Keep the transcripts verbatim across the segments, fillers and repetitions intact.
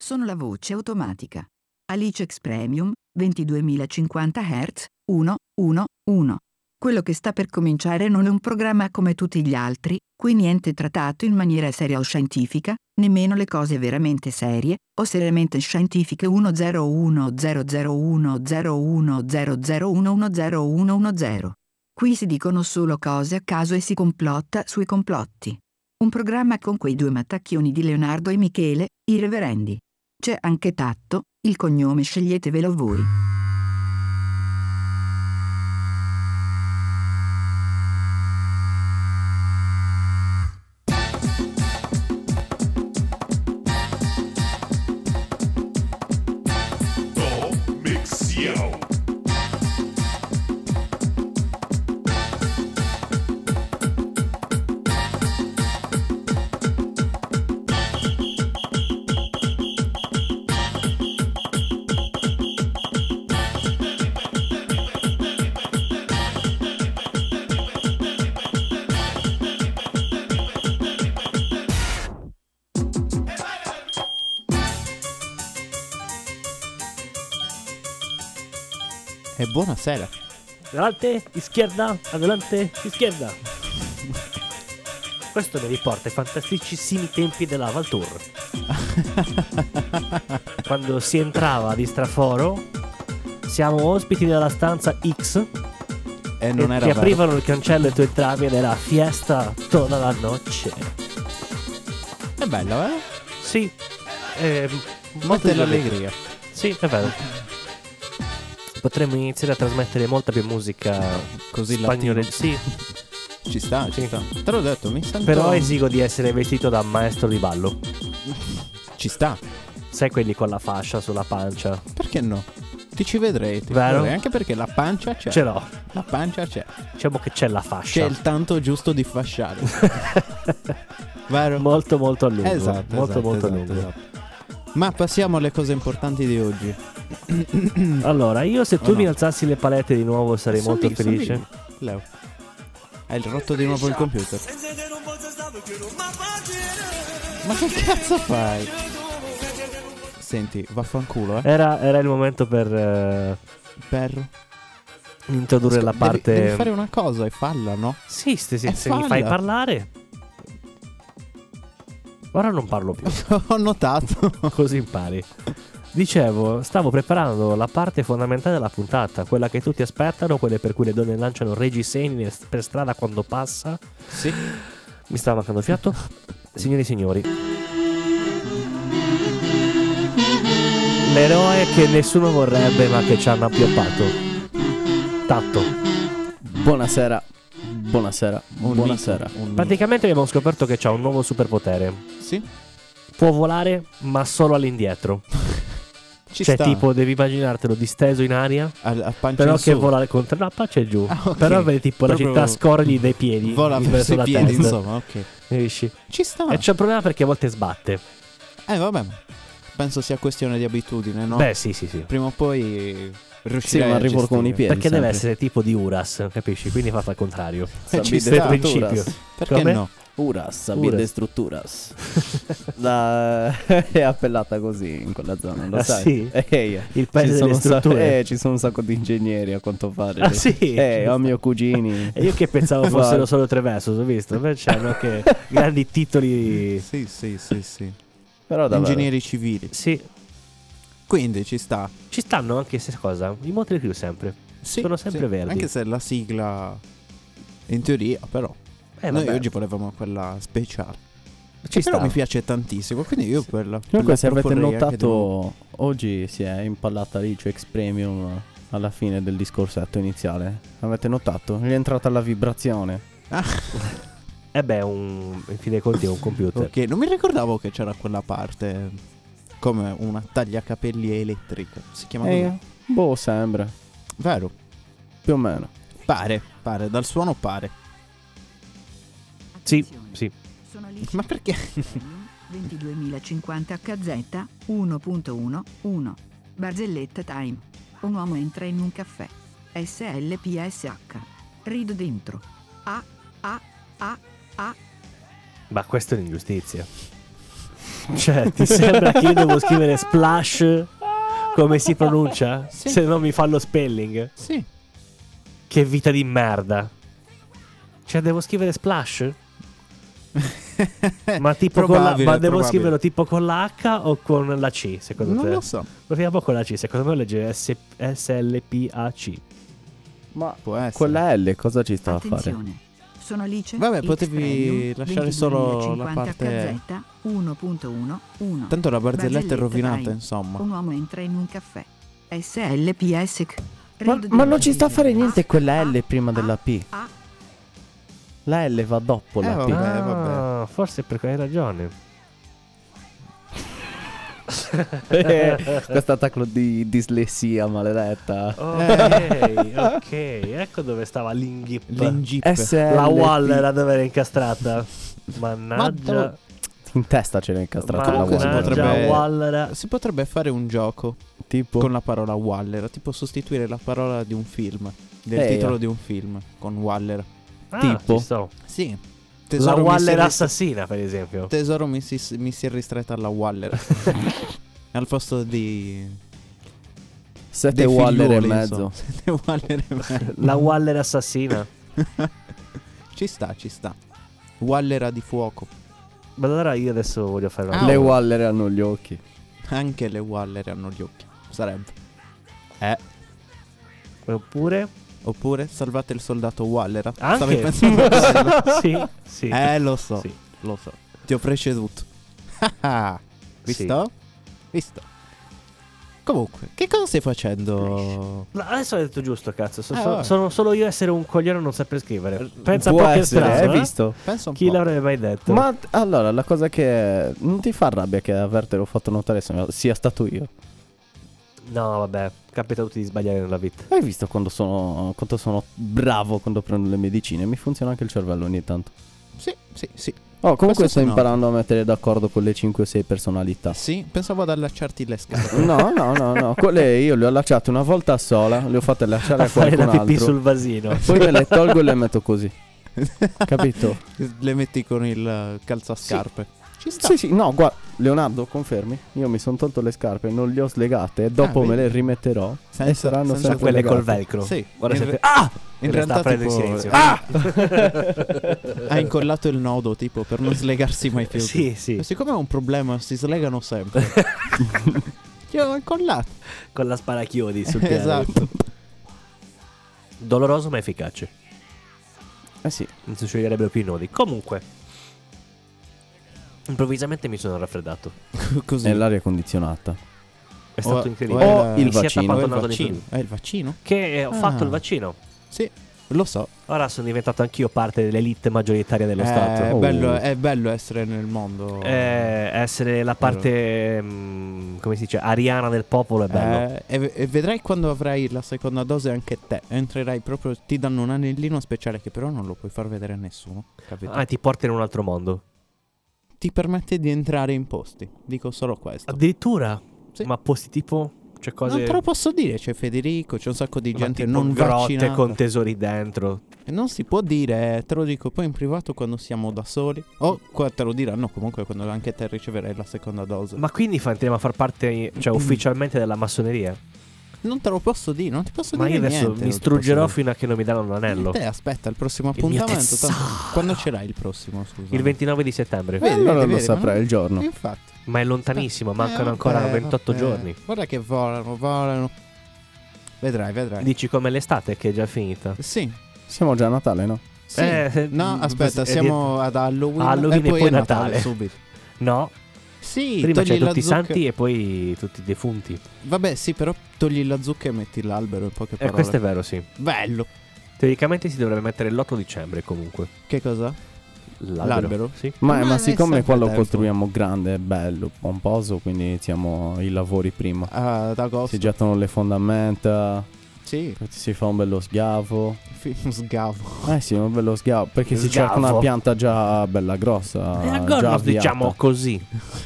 sono la voce automatica. Alicex Premium ventiduemilacinquanta hertz uno uno uno. Quello che sta per cominciare non è un programma come tutti gli altri, qui niente trattato in maniera seria o scientifica, nemmeno le cose veramente serie o seriamente scientifiche. Uno zero uno zero zero uno zero uno zero zero uno uno zero uno uno zero. Qui si dicono solo cose a caso e si complotta sui complotti. Un programma con quei due mattacchioni di Leonardo e Michele, i reverendi. C'è anche Tatto, il cognome sceglietevelo voi. E buonasera. Adelante, izquierda, adelante, izquierda. Questo mi riporta ai fantasticissimi tempi della Valtour. Quando si entrava di straforo, siamo ospiti della stanza X E non e era ti vero. aprivano il cancello e tu entravi ed era fiesta tutta la noce. È bello, eh? Sì, eh, Molta l'allegria. Sì, è vero. Potremmo iniziare a trasmettere molta più musica Così spagnola. latino. Sì, Ci sta, ci Sì. sta. Te l'ho detto, mi sento... però esigo di essere vestito da maestro di ballo. Ci sta. Sai, quelli con la fascia sulla pancia. Perché no? Ti ci vedrei, ti Vero? vedrei. Anche perché la pancia c'è. Ce l'ho. La pancia c'è. Diciamo che c'è la C'è fascia. il tanto giusto di fasciare. Vero? Molto molto a lungo. Esatto, Molto esatto, molto a esatto, lungo. esatto. Ma passiamo alle cose importanti di oggi. Allora, io se tu Oh, no. mi alzassi le palette di nuovo sarei Sono molto lì, sono felice. lì. Leo. Hai rotto di nuovo il computer. Ma che cazzo fai? Senti, vaffanculo, eh. Era, era il momento per eh, Per... introdurre la Devi- parte. Devi fare una cosa e falla, no? Sì, se, se- Eh, se mi falla. fai parlare. Ora non parlo più, Ho notato. così impari. Dicevo, stavo preparando la parte fondamentale della puntata, quella che tutti aspettano, quelle per cui le donne lanciano reggiseni per strada quando passa. Sì. Mi stava mancando fiato. Signori e signori, l'eroe che nessuno vorrebbe ma che ci hanno appioppato. Tatto. Buonasera. Buonasera. Un Buonasera. mito, un mito. Praticamente abbiamo scoperto che c'ha un nuovo superpotere. Sì. Può volare ma solo all'indietro. Ci Cioè sta. tipo devi immaginartelo disteso in aria, a, a pancia però in che su. vola contro la pancia e giù. Ah, ok. Però vedi tipo Proprio la città scorgli dai piedi Vola verso verso i la piedi, testa. insomma, ok. Capisci? Ci sta. E c'è un problema perché a volte sbatte. Eh, vabbè. Penso sia questione di abitudine, no? Beh sì sì sì. Prima o poi Sì, riuscirei ma a arrivo con i gestire. piedi. Perché deve sempre. essere tipo di Uras, capisci? Quindi fa al contrario. Eh, ci Sabide sta. principio. Perché Come? no? Uras, sabide Uras. strutturas. La... è appellata così in quella zona, lo Ah, sai? sì? Eh, Il paese ci sono delle un sa- strutture. eh, ci sono un sacco di ingegneri a quanto pare. Ah sì? Eh, ho mio cugini. E io che pensavo Guarda. fossero solo tre versos, ho visto? Invece hanno anche grandi titoli. Sì, sì, sì, sì. Però davvero. Ingegneri civili. Sì, Quindi ci sta. ci stanno anche se cosa? I Motley Crue sempre. Sì, Sono sempre sì. verdi. Anche se la sigla in teoria, però. Eh, Noi vabbè. oggi volevamo quella speciale. Ci Però sta. mi piace tantissimo, quindi io quella. Comunque, quella se avete proporrei anche di nuovo. notato, oggi si è impallata Alicex Premium alla fine del discorsetto iniziale. Avete notato? Gli è entrata la vibrazione. Eh beh, un, in fin dei conti è un computer. Ok, non mi ricordavo che c'era quella parte come una tagliacapelli elettrica. Si chiama così? Eh, boh, sembra. Vero? Più o meno. Pare, pare, dal suono pare. Sì, sì. Sono Alice Ma perché? Premium ventiduemilacinquanta H Z uno punto uno uno. Barzelletta time. Un uomo entra in un caffè. S L P S H. Rido dentro. A, A, A, A. Ma questa è un'ingiustizia. Cioè, ti sembra che io devo scrivere splash come si pronuncia? Sì. Se non mi fa lo spelling? Sì. Che vita di merda. Cioè, devo scrivere splash? Ma tipo con la, Probabile, ma devo probabile. scriverlo tipo con la H o con la C, secondo Non te? lo so. Proviamo con la C, secondo me legge S- S L P A C. Ma Può essere. quella L cosa ci sta a fare? Attenzione. Sono Alice. Vabbè, X potevi Premium, lasciare solo la ventiduemilacinquanta parte- K Z uno punto uno uno. Tanto la barzelletta è rovinata, vai. insomma. Un uomo entra in un caffè. S L P S. Ma, ma non ci sta a fare niente quella L prima della P. Ah, La L va dopo la Eh, P. vabbè. Ah, forse perché hai ragione. Questo attacco di dislessia maledetta. Ok, ok, ecco dove stava l'ingip. L'ingip. S L P. La Waller dove era incastrata. Mannaggia. Ma In testa ce l'ha incastrata la Comunque si Waller. Mannaggia potrebbe- Waller. Si potrebbe fare un gioco Tipo con la parola Waller, tipo sostituire la parola di un film, del Eh, titolo io. di un film con Waller. Ah, tipo? ci sto. Sì. La Tesoro mi si Waller è ris- assassina, per esempio. Tesoro mi si, mi si è ristretta alla Waller. Al posto di sette dei Waller e figliuoli, mezzo. insomma. Sette Waller e mezzo. La Waller assassina. Ci sta, ci sta. Wallera di fuoco. Ma allora io adesso voglio fare una Ah, Le oh. Waller hanno gli occhi. Anche le Waller hanno gli occhi. Sarebbe. Eh. Oppure Oppure salvate il soldato Wallera. anche Stavi pensando a quello? Sì, sì. Eh, lo so. Sì. Lo so. Ti ho preceduto. Visto? Visto. Comunque, che cosa stai facendo? No, adesso hai detto giusto, cazzo. So- Eh, so- vabbè. sono solo io a essere un coglione e non saper scrivere. Pensa Può un po' che essere, strano, hai eh? visto? Pensa un Chi po'. l'avrebbe mai detto? Ma t- allora la cosa che non ti fa rabbia che avertelo fatto notare sia- sia stato io. No, vabbè, capita a tutti di sbagliare nella vita. Hai visto quando sono, quanto sono bravo quando prendo le medicine? Mi funziona anche il cervello ogni tanto. Sì, sì, sì. Oh, comunque Questo sto si nota. imparando a mettere d'accordo con le cinque o sei personalità. Sì, pensavo ad allacciarti le scarpe. No, no, no, no. Quelle io le ho allacciate una volta sola, le ho fatte lasciare A a fare qualcun la pipì altro. sul vasino. Poi me le tolgo e le metto così. Capito? Le metti con il eh, calzascarpe. Ci sta. Sì, sì, no, guarda, Leonardo, confermi? Io mi sono tolto le scarpe, non le ho slegate e dopo Ah, me vedi? le rimetterò e Senza- saranno senza Sono sempre quelle col legate. velcro. Sì. Ora In siete... re- Ah! In Me le sta realtà prendendo tipo in silenzio. Ah! Ha incollato il nodo tipo per non slegarsi mai più. Sì, sì. Ma siccome è un problema, si slegano sempre. Io ho incollato. Con la sparachiodi sul piede. Esatto. Doloroso ma efficace. Eh sì. Non si scioglierebbero più i nodi. Comunque, improvvisamente mi sono raffreddato. Così. Eh, È l'aria condizionata. È stato O- incredibile. o è O la- il Mi si è vaccino. tappato O il il naso vaccino. dentro. È il vaccino? Che ho Ah. fatto il vaccino. Sì, lo so. Ora sono diventato anch'io parte dell'elite maggioritaria dello Eh, Stato. È, Oh. bello, è bello essere nel mondo. Eh, essere la parte, mm, come si dice, ariana del popolo è bello. Eh, e, e vedrai quando avrai la seconda dose anche te. Entrerai proprio, ti danno un anellino speciale che però non lo puoi far vedere a nessuno. Capito? Ah, ti porta in un altro mondo. Ti permette di entrare in posti. Dico solo questo. Addirittura? Sì. Ma posti tipo, c'è cose... Non te lo posso dire, c'è Federico, c'è un sacco di ma gente tipo non grotte vaccinata. con tesori dentro. E non si può dire, eh, te lo dico poi in privato quando siamo da soli. O qua te lo diranno comunque quando anche te riceverai la seconda dose. Ma quindi fa- entriamo a far parte, cioè ufficialmente della massoneria? Non te lo posso dire, non ti posso Ma dire io adesso niente, mi non ti struggerò posso fino a che non mi danno un dire. anello. Te aspetta il prossimo Il mio appuntamento. tesoro. tanto- Quando ce l'hai il prossimo, scusa? Il ventinove di settembre. Vedi, allora vedi, lo vedi, saprai ma- il giorno. Infatti. Ma è lontanissimo, mancano Eh, ancora vabbè, ventotto vabbè. giorni. Guarda che volano, volano. Vedrai, vedrai. Dici come l'estate che è già finita. Sì. Siamo già a Natale, no? Sì. Eh, no, aspetta, è siamo ad Halloween, Halloween e poi, è Natale, Natale. subito. No, Sì, prima togli c'è la tutti i zucca- santi e poi tutti i defunti. Vabbè, sì, però togli la zucca e metti l'albero in poche E parole. questo è vero, sì. Bello. Teoricamente si dovrebbe mettere l'otto dicembre comunque. Che cosa? L'albero? L'albero? Sì. Ma, Ma ma è siccome sempre qua lo tempo. costruiamo grande, bello, pomposo, quindi iniziamo i lavori prima. Ah, ad agosto. Si gettano le fondamenta, Sì. poi si fa un bello sgavo. Fi- Sgavo. Eh sì, un bello sgavo, perché si Sgavo. cerca una pianta già bella grossa, E già ancora avviata. diciamo così.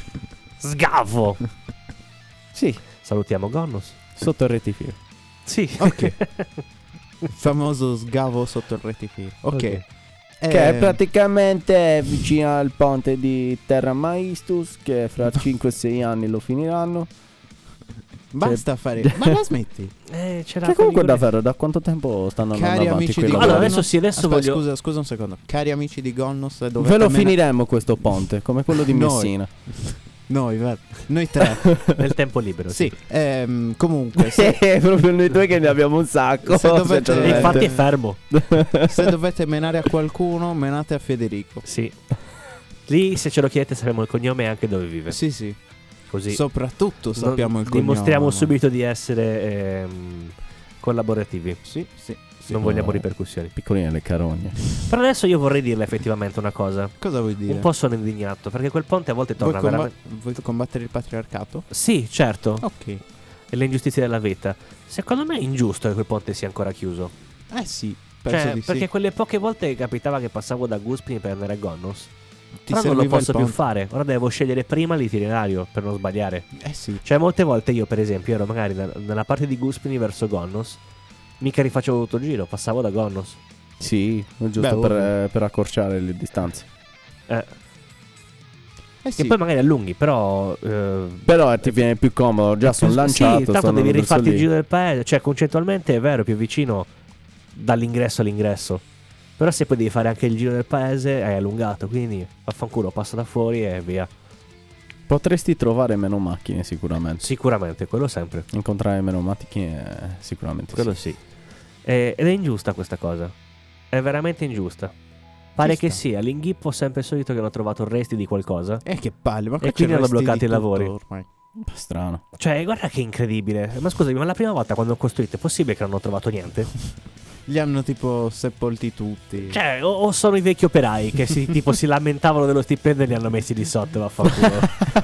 Sgavo. Sì, Salutiamo Gonnos. sotto il rettifico. Sì. Ok. Il famoso sgavo sotto il rettifico. Ok. Ok. Che è Eh, praticamente vicino al ponte di Terra Maistus, che fra cinque sei anni lo finiranno. Basta fare. Ma la smetti? Eh, c'era Che comunque figura- davvero, da quanto tempo stanno andando Cari avanti amici quei di lavori? Allora, adesso sì, adesso Aspetta, voglio- scusa, scusa un secondo. Cari amici di Gonnos, dovete Ve lo mena- finiremo questo ponte, come quello di Noi. Messina. Noi, guarda. Noi tre. nel tempo libero. Sì, ehm, comunque, se, Sì, proprio noi due che ne abbiamo un sacco. Se dovete- E Eh, infatti è fermo. se dovete menare a qualcuno, menate a Federico. Sì. Lì, se ce lo chiedete, sappiamo il cognome e anche dove vive. Sì, sì. Così Soprattutto sappiamo il cognome. dimostriamo ma- subito di essere ehm, collaborativi. Sì, sì. sì. Non vogliamo ripercussioni. Piccoline le carogne. Però adesso io vorrei dirle effettivamente una cosa. Cosa vuoi dire? Un po' sono indignato perché quel ponte a volte Vuoi, torna comba- veramente. vuoi combattere il patriarcato? Sì, certo. Ok. E le ingiustizie della vita. Secondo me è ingiusto che quel ponte sia ancora chiuso. Eh sì, penso Cioè, di perché sì. quelle poche volte capitava che passavo da Guspini per andare a Gonnos. Ti Però non lo serviva il posso più ponte. fare. Ora devo scegliere prima l'itinerario per non sbagliare. Eh sì. Cioè, molte volte io, per esempio, ero magari da- nella parte di Guspini verso Gonnos. Mica rifacevo tutto il giro, passavo da Gonnos. Sì, giusto Beh, per, ovvio. per accorciare le distanze. Eh, Eh sì. E poi magari allunghi, però. eh, Però ti viene più comodo, già sono sì, lanciato. tanto stanno devi verso rifarti il lì. giro del paese. Cioè, concettualmente è vero, è più vicino dall'ingresso all'ingresso. Però se poi devi fare anche il giro del paese, hai allungato. Quindi vaffanculo, passo da fuori e via. Potresti trovare meno macchine sicuramente. Sicuramente, quello sempre. Incontrare meno macchine eh, sicuramente Quello sì. sì. E- ed è ingiusta questa cosa. È veramente ingiusta. Pare Ci che sta. sia l'inghippo sempre il solito che hanno trovato resti di qualcosa. Eh che palle, ma qua E quindi c'è hanno resti bloccato di i lavori. tutto ormai. Un po' strano. Cioè, guarda che incredibile. Ma scusami, ma la prima volta quando ho costruito è possibile che non hanno trovato niente? Li hanno tipo sepolti tutti. Cioè, o, o sono i vecchi operai che si, tipo si lamentavano dello stipendio e li hanno messi di sotto, vaffanculo.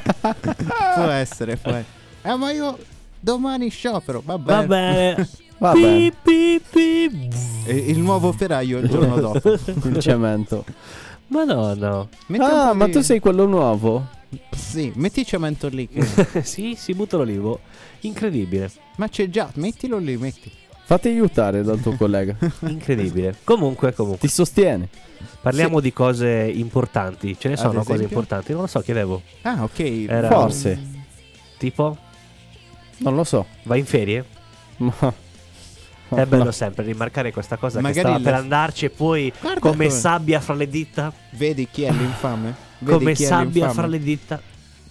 Può essere, può essere. Eh ma io domani sciopero, va bene. Va bene. Vabbè, Pi, pi, pi. E il nuovo operaio il giorno dopo. il cemento. Madonna. Metti un Ah, po' ma di- tu sei quello nuovo? Sì, metti cemento lì che... Sì, si butta l'olivo. Incredibile. Ma c'è già, mettilo lì, metti. Fatti aiutare dal tuo collega. Incredibile. Comunque, comunque. Ti sostiene. Parliamo di cose importanti. Ce ne Ad sono cose esempio? importanti. Non lo so, chiedevo. Ah, ok. Era- Forse. Tipo, Non lo so. vai in ferie? Ma È bello sempre rimarcare questa cosa Magari che stava la- per andarci e poi Guarda come come- sabbia fra le dita. Vedi chi è l'infame? Vedi Come chi è sabbia l'infame? fra le dita.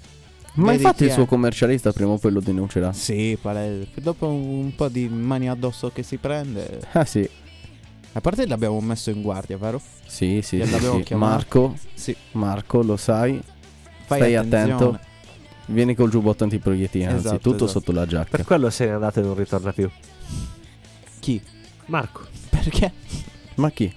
Ma Vedi infatti chi il è? suo commercialista prima o poi lo denuncerà. Sì, palese. Dopo un, un po' di mani addosso che si prende. Ah sì. A parte che l'abbiamo messo in guardia, vero? Sì, sì, Che sì, l'avevo sì. chiamato. Marco, Sì. Marco, lo sai. Fai Stai attenzione. attento. Vieni col giubbotto antiproiettile, Esatto, anzitutto esatto. sotto la giacca. Per quello se n'è andato e non ritorna più. Chi? Marco. Perché? Ma chi?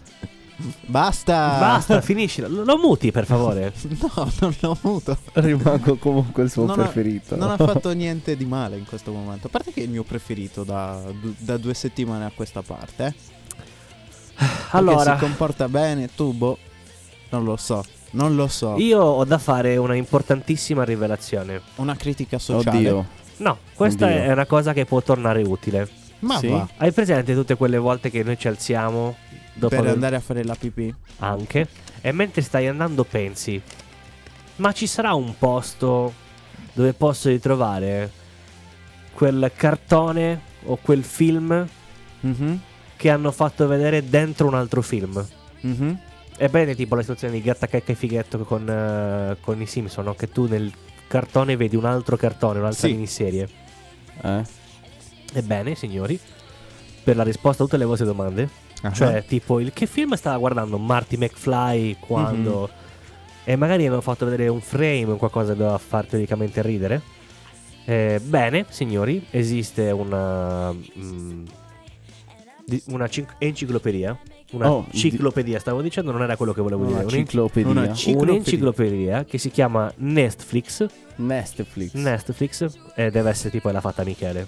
Basta. Basta, finiscila. Lo, lo muti per favore. No, non l'ho avuto. Rimango comunque il suo Non ha- preferito. Non ha fatto niente di male in questo momento. A parte che è il mio preferito da, du- da due settimane a questa parte. Eh? Perché Allora, si comporta bene, tu boh. Non lo so. Non lo so. io ho da fare una importantissima rivelazione. Una critica sociale. Oddio. No, questa Oddio. è una cosa che può tornare utile. Ma Sì? va. Hai presente tutte quelle volte che noi ci alziamo dopo Per aver- andare a fare la pipì. anche e mentre stai andando pensi: ma ci sarà un posto dove posso ritrovare quel cartone o quel film Mhm. che hanno fatto vedere dentro un altro film? Mhm. È bene tipo la situazione di Gatta Checca e Fighetto con, eh, con i Simpson, no? Che tu nel cartone vedi un altro cartone, un'altra Sì. miniserie. Eh? Ebbene, signori, per la risposta a tutte le vostre domande, Ah. cioè tipo il che film stava guardando Marty McFly quando e magari hanno fatto vedere un frame o qualcosa che doveva far teoricamente ridere. Eh, bene, signori, esiste una mm, di- una cinc- enciclopedia, una Oh, di- ciclopedia, stavo dicendo, non era quello che volevo Una dire. Un'enci- ciclopedia. una ci- Enciclopedia. un'enciclopedia che si chiama Netflix. Netflix. Netflix e deve essere tipo l'ha fatta Michele.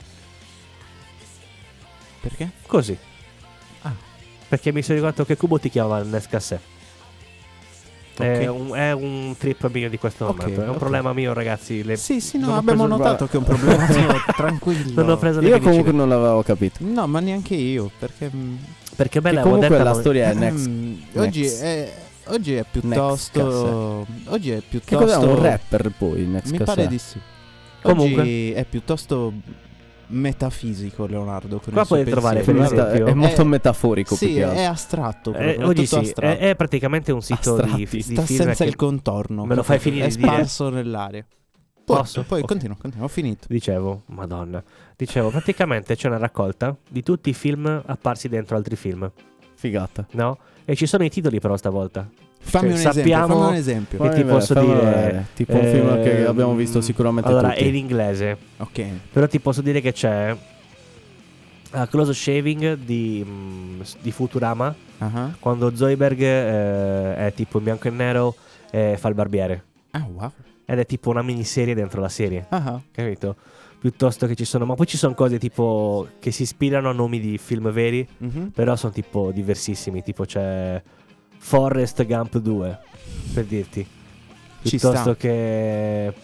Perché? Così. Ah. Perché mi sono ricordato che Cubo ti chiama Nescassè. È, Ok. un, è un trip mio di questo Ok, momento. È un ok. problema mio, ragazzi. Le- Sì, sì, non no, ho abbiamo preso- notato che è un problema mio, tranquillo. Non ho preso le Io medicine. comunque non l'avevo capito. No, ma neanche io, perché mm, Perché bella Che comunque moderna la non- storia è next. Mm, next. oggi è oggi è piuttosto oggi è Che piuttosto cos'è un rapper poi? Next Mi Cassè? pare di sì. Comunque. Oggi è piuttosto metafisico Leonardo con Qua il suo puoi trovare, pensiero. per Meta- esempio- è molto È- metaforico più Sì, che altro. è astratto Eh, proprio, è oggi tutto sì, astratto. è, è praticamente un sito di, Astratti, di Sta film senza che- il contorno. Me lo fai proprio, finire È di dire? sparso nell'aria. Poi, Posso? poi Ok. continua, continua, ho finito. Dicevo, madonna. Dicevo, praticamente c'è una raccolta di tutti i film apparsi dentro altri film, Figata. no? E ci sono i titoli però stavolta. Fammi Cioè, un esempio, sappiamo- fammi un esempio. Che ti Fammi posso vedere, fammi dire? vedere. Tipo un film che Ehm, abbiamo visto sicuramente Allora, tutti. è in inglese, Ok. però ti posso dire che c'è uh, Close Shaving di, mm, di Futurama, Ah, quando Zoidberg eh, è tipo in bianco e nero e fa il barbiere. ah, wow. Ed è tipo una miniserie dentro la serie, Ah, capito? Piuttosto che ci sono... Ma poi ci sono cose tipo che si ispirano a nomi di film veri, mhm. però sono tipo diversissimi. Tipo c'è Forrest Gump due, per dirti. Ci Piuttosto sta. che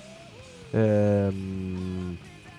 ehm,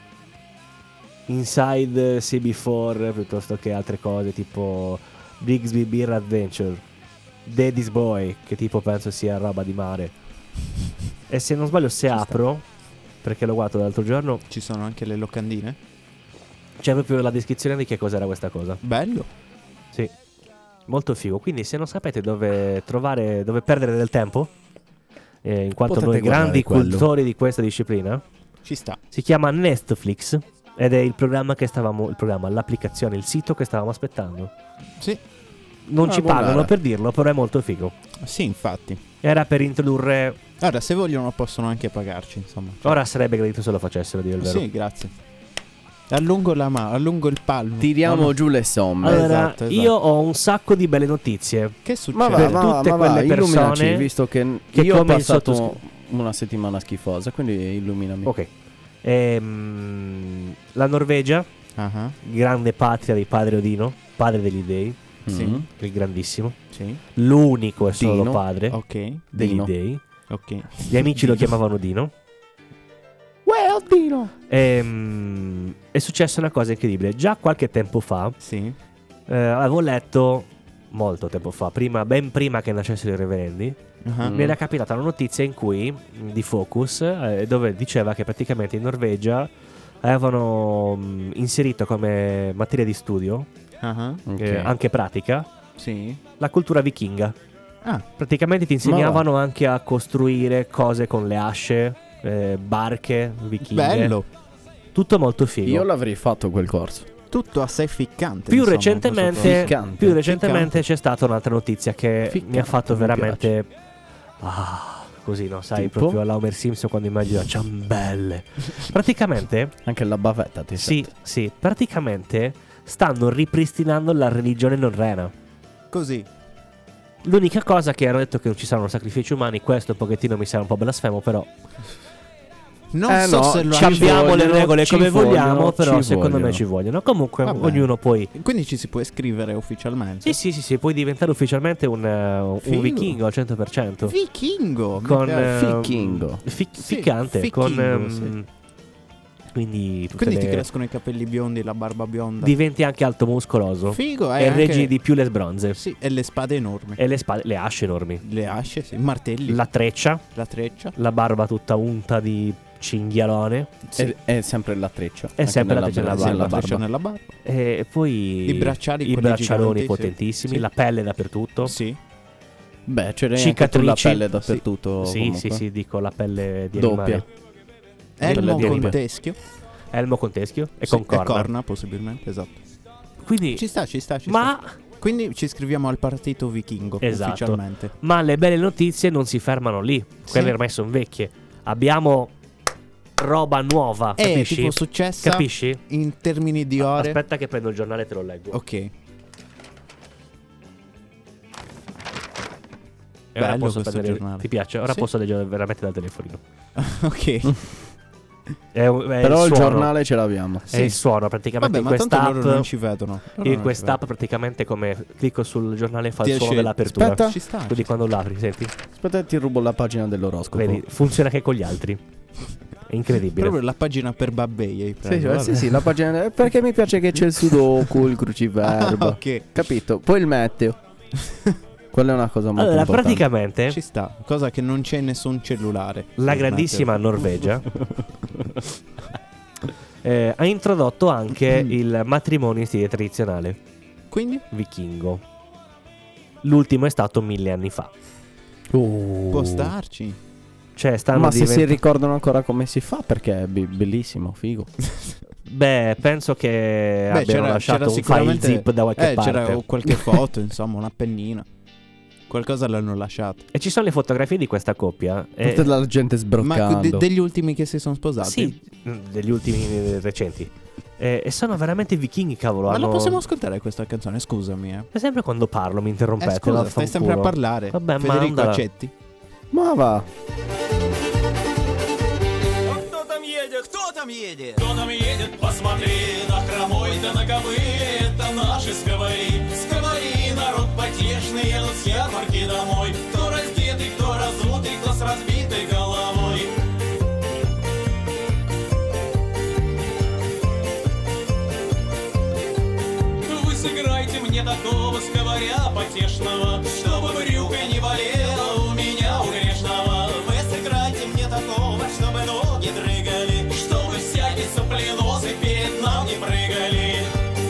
Inside C B quattro, piuttosto che altre cose tipo Bigsby Beer Adventure, Daddy's Boy, che tipo penso sia roba di mare. E se non sbaglio, se sta. apro, perché l'ho guardato l'altro giorno, Ci sono anche le locandine. c'è proprio la descrizione di che cos'era questa cosa. Bello. Sì, molto figo. Quindi se non sapete dove trovare, dove perdere del tempo, eh, in quanto Potete noi grandi guardare quello. cultori di questa disciplina, Ci sta. si chiama Netflix ed è il programma che stavamo, il programma, l'applicazione, il sito che stavamo aspettando. Sì. Non Ah, ci buona pagano gara. per dirlo, però è molto figo. Sì, infatti. Era per introdurre. Ora, se vogliono possono anche pagarci, insomma. Cioè, Ora sarebbe gradito se lo facessero, a dire il vero. Sì, grazie. Allungo la mano, allungo il palmo. Tiriamo No, no. giù le somme. Allora, Esatto, esatto. io ho un sacco di belle notizie. Che Ma succede? va, per ma va, tutte ma va, quelle persone illuminaci, visto che, che io ho come il passato sottoscritto- una settimana schifosa, quindi illuminami. Ok. Ehm, la Norvegia, Ah, grande patria di padre Odino, padre degli dei, sì. Mm. il grandissimo, Sì. l'unico e solo Dino. padre Ok. degli Dino. dei. Ok. Gli amici lo chiamavano Dino. Well, Dino. Ehm, è successa una cosa incredibile. Già qualche tempo fa, Sì. eh, avevo letto, molto tempo fa, prima, ben prima che nascessero i reverendi, Ah, Mm. mi era capitata una notizia in cui, mh, di Focus, eh, dove diceva che praticamente in Norvegia avevano mh, inserito come materia di studio, ah, Ok. eh, anche pratica, Sì. la cultura vichinga. Ah, Praticamente ti insegnavano anche a costruire cose con le asce, eh, barche vichinghe. bello. Tutto molto figo. Io l'avrei fatto quel corso. Tutto assai ficcante. Più insomma, recentemente, questo Ficcante. più recentemente Ficcante. c'è stata un'altra notizia che Ficcante, mi ha fatto mi veramente ah, così, no, sai, Tipo? proprio alla Homer Simpson quando immagina ciambelle. Praticamente, Anche la bavetta ti sì, sente. sì, praticamente stanno ripristinando la religione norrena. proprio- Così. L'unica cosa che hanno detto che non ci saranno sacrifici umani, questo un pochettino mi sembra un po' blasfemo, però Non Eh, so no, se lo ci cambiamo le vogliono, regole ci come vogliamo, vogliono, però ci secondo me vogliono. ci vogliono. Comunque Vabbè. ognuno poi. Quindi ci si può iscrivere ufficialmente. Sì, sì, sì, sì, puoi diventare ufficialmente un, eh, un Figo. vichingo al cento per cento. Vichingo. mi Con piace. ehm, Fichingo. fic- Sì, ficcante. fichingo, con, ehm, sì. Quindi, tutte Quindi ti le- crescono i capelli biondi, la barba bionda. diventi anche alto muscoloso. Figo. E E anche- reggi di più le sbronze. Sì, e le spade enormi. E le spade, le asce enormi. Le asce, sì. I martelli. La treccia, La treccia. la barba tutta unta di cinghialone. Sì. È, è sempre la treccia. È Anche sempre la nella treccia nella bra- Sì, barba. la treccia nella barba. E poi I bracciali, i quelli braccialoni giganti, sì. potentissimi. Sì. La pelle dappertutto. Sì. Beh, c'era anche tu la Cicatrici. pelle dappertutto. Sì, comunque. sì, sì, dico la pelle di Doppia. animale. Elmo di con anime. teschio. Elmo con teschio e Sì, con corna. E corna, possibilmente, esatto. Quindi, Ci sta, ci sta, ci ma, sta. Quindi ci iscriviamo al partito vichingo Esatto. ufficialmente. ma le belle notizie non si fermano lì. Quelle Sì. ormai sono vecchie. Abbiamo roba nuova. È Capisci? tipo successa Capisci? in termini di ore. Aspetta che prendo il giornale e te lo leggo. Ok. E ora bello posso questo prendere- giornale. Ti piace? Ora Sì. posso leggere veramente dal telefonino. Ok. È, un- è Però il, suono. giornale ce l'abbiamo. È Sì. il suono praticamente Vabbè, in ma tanto loro non quest'app. ci vedono. Loro non In ci quest'app praticamente come clicco sul giornale fa Ti il suono esce- dell'apertura. Aspetta. Ci sta. Quindi quando l'apri, senti? Aspetta, ti rubo la pagina dell'oroscopo. Vedi, funziona anche con gli altri. È incredibile. Proprio la pagina per Babbei hai preso, Sì, cioè, guarda. sì, sì, la pagina. Perché mi piace che c'è il sudoku, il cruciverba. Ah, ok. Capito? Poi il meteo. Quella è una cosa molto Allora, importante. praticamente Ci sta, cosa che non c'è in nessun cellulare. la Sul grandissima meteo. Norvegia eh, ha introdotto anche Mm. il matrimonio in stile tradizionale Quindi vichingo. L'ultimo è stato mille anni fa. Oh. può starci. Cioè, stanno Ma se si diventa- ricordano ancora come si fa, perché è be- bellissimo, figo. Beh, penso che Beh, abbiano c'era, lasciato c'era un file sicuramente zip da qualche eh, parte. c'era qualche foto, insomma, una pennina. Qualcosa l'hanno lasciato. E ci sono le fotografie di questa coppia. E... Tutta la gente Ma sbroccando. de- degli ultimi che si sono sposati? Sì, degli ultimi eh, recenti. E, e sono veramente vichinghi, cavolo. Ma hanno... la possiamo ascoltare questa canzone? Scusami, eh. È sempre quando parlo mi Eh, interrompete. scusa, vaffanculo. stai sempre a parlare. Vabbè, Federico mandala. accetti? Ma va. Кто там едет? Кто там едет? Кто там едет? Посмотри на хромой да на кобыле. Это наши сковори. Сковори, народ потешный, едут с ярмарки домой. Кто раздетый, кто разутый, кто с разбитой головой. Вы сыграйте мне такого сковаря потешного, чтобы брюка не болела у меня, у грешного. Вы сыграйте мне такого, чтобы ноги дрыгали, чтобы всякий сопленосый перед нам не прыгали.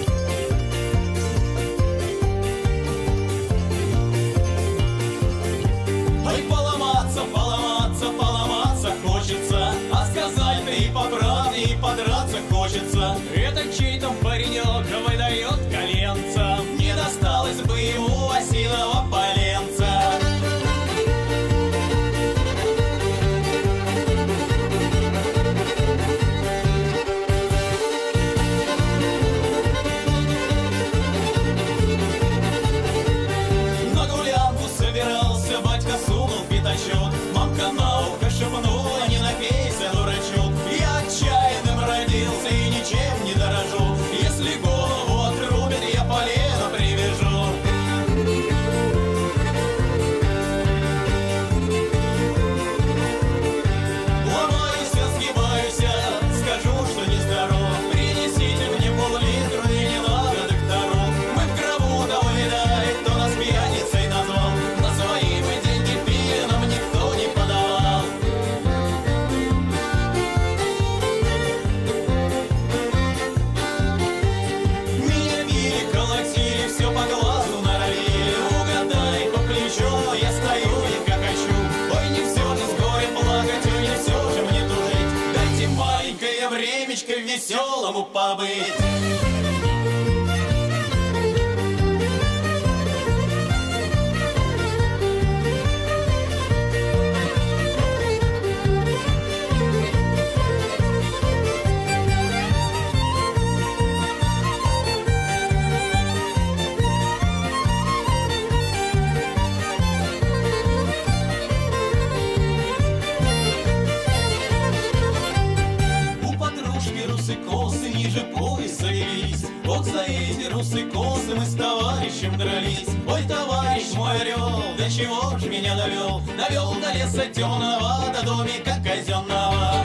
Ой, поломаться, поломаться, поломаться хочется, а сказать-то и по правде, и подраться хочется. Это чей там паренек выдает коленца, не досталось бы ему осиного поленца. На гулянку собирался, батька сунул пятачок. Мамка на ухо шепнула, не напейся, дурачок. Я отчаянным родился и ничем не дорожу. Если голову отрубят, я полено привяжу. Ломаюсь, сгибаюсь, скажу, что нездоров. Принесите мне пол-литра и не надо доктору. Мы в гробу того видали, кто нас пьяницей назвал. На свои мы деньги пили, нам никто не подавал. Меня били, колотили, все по глазу норовили. Угадай по плечу, я стою и как хочу. Ой, не все же с горя плакать, ой, не все же мне тужить. Дайте маленькое времечко веселому побыть. У подружки русы косы ниже пояса велись. Вот за эти русы косы мы с товарищем дрались. Ой, товарищ мой орел, до чего ж меня довел? Довел до леса темного, до домика казенного.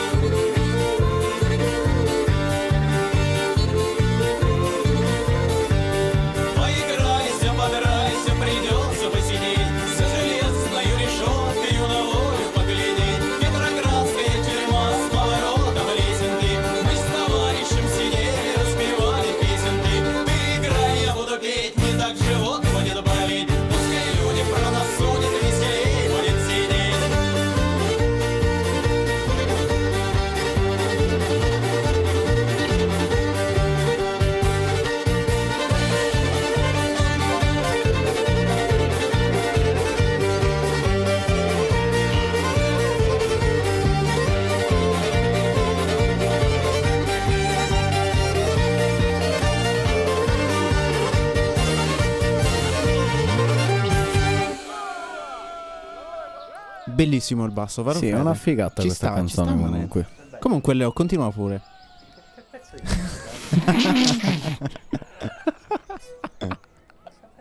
Поиграйся, подрайся, придется посидеть за железною решеткою на волю поглядеть. Петроградская тюрьма с поворотом лесенки. Мы с товарищем сидели, распевали песенки. Ты играй, я буду петь, не так живот будет болеть. Пускай люди про нас судят, веселей будет сидеть. Bellissimo il basso, vero? Sì, è Fede? una figata Ci questa sta, ci canzone sta, ma- comunque. Comunque Leo, continua pure.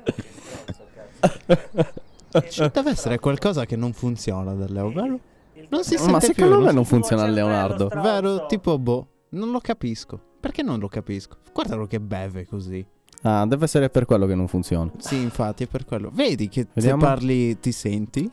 Ci deve essere qualcosa che non funziona da Leo, vero? Non si sente Ma più, secondo me non non si- funziona il Leonardo. Vero, tipo boh, non lo capisco. Perché non lo capisco? Guardalo che beve così. Ah, deve essere per quello che non funziona. Sì, infatti, è per quello. Vedi che Vediamo. se parli ti senti?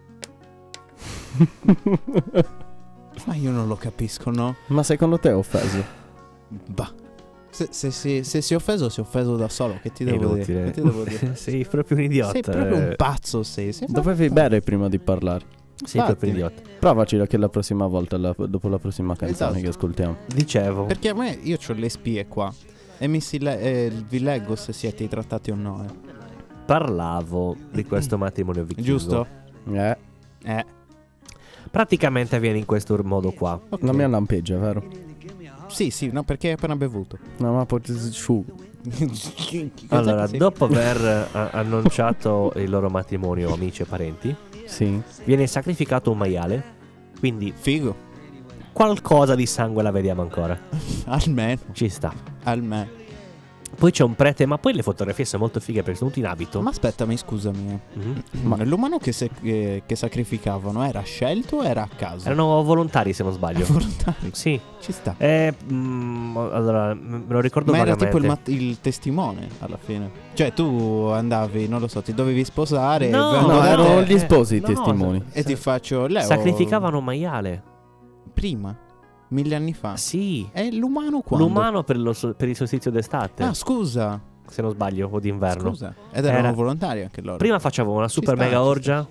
Ma io non lo capisco, no? Ma secondo te è offeso? Bah. Se, se, se, se si è offeso, si è offeso da solo. Che ti devo dire? Inutile. Che ti devo dire? Sei proprio un idiota. Sei proprio un eh. pazzo, sei. sei Dovevi bere prima di parlare. Sei proprio un idiota. Provaci che la prossima volta, la- dopo la prossima canzone Esatto. che ascoltiamo. Dicevo. Perché a me, io ho le spie qua. E mi si le- eh, vi leggo se siete trattati o no. Eh. Parlavo di questo matrimonio vichingo. Giusto? Eh, Eh. Praticamente avviene in questo modo qua. Ok. la mia lampeggia, vero? Sì, sì, no, perché hai appena bevuto. No, ma poi sciù. Allora, Sì. dopo aver eh, annunciato il loro matrimonio, amici e parenti, Sì. viene sacrificato un maiale. Quindi Figo. qualcosa di sangue la vediamo ancora. Almeno, Ci sta. almeno. Poi c'è un prete, ma poi le fotografie sono molto fighe perché sono tutti in abito. Ma aspettami, scusami. eh. Mhm. Ma l'umano che, se- che- che sacrificavano era scelto o era a caso? Erano volontari, se non sbaglio. volontari. Sì. Ci sta. Eh, mm, allora, m- me lo ricordo Ma era vagamente. tipo il, mat- il testimone alla fine. Cioè tu andavi, non lo so, ti dovevi sposare No, e vengo No, da erano te gli sposi i no, testimoni. e ti faccio Leo. Sacrificavano un maiale. prima, mille anni fa. Sì. E l'umano quando? L'umano per, lo so- per il solstizio d'estate, Ah, scusa. se non sbaglio, o d'inverno. Scusa. Ed erano Era- volontari anche loro. Prima facevo una super sta, mega ci orgia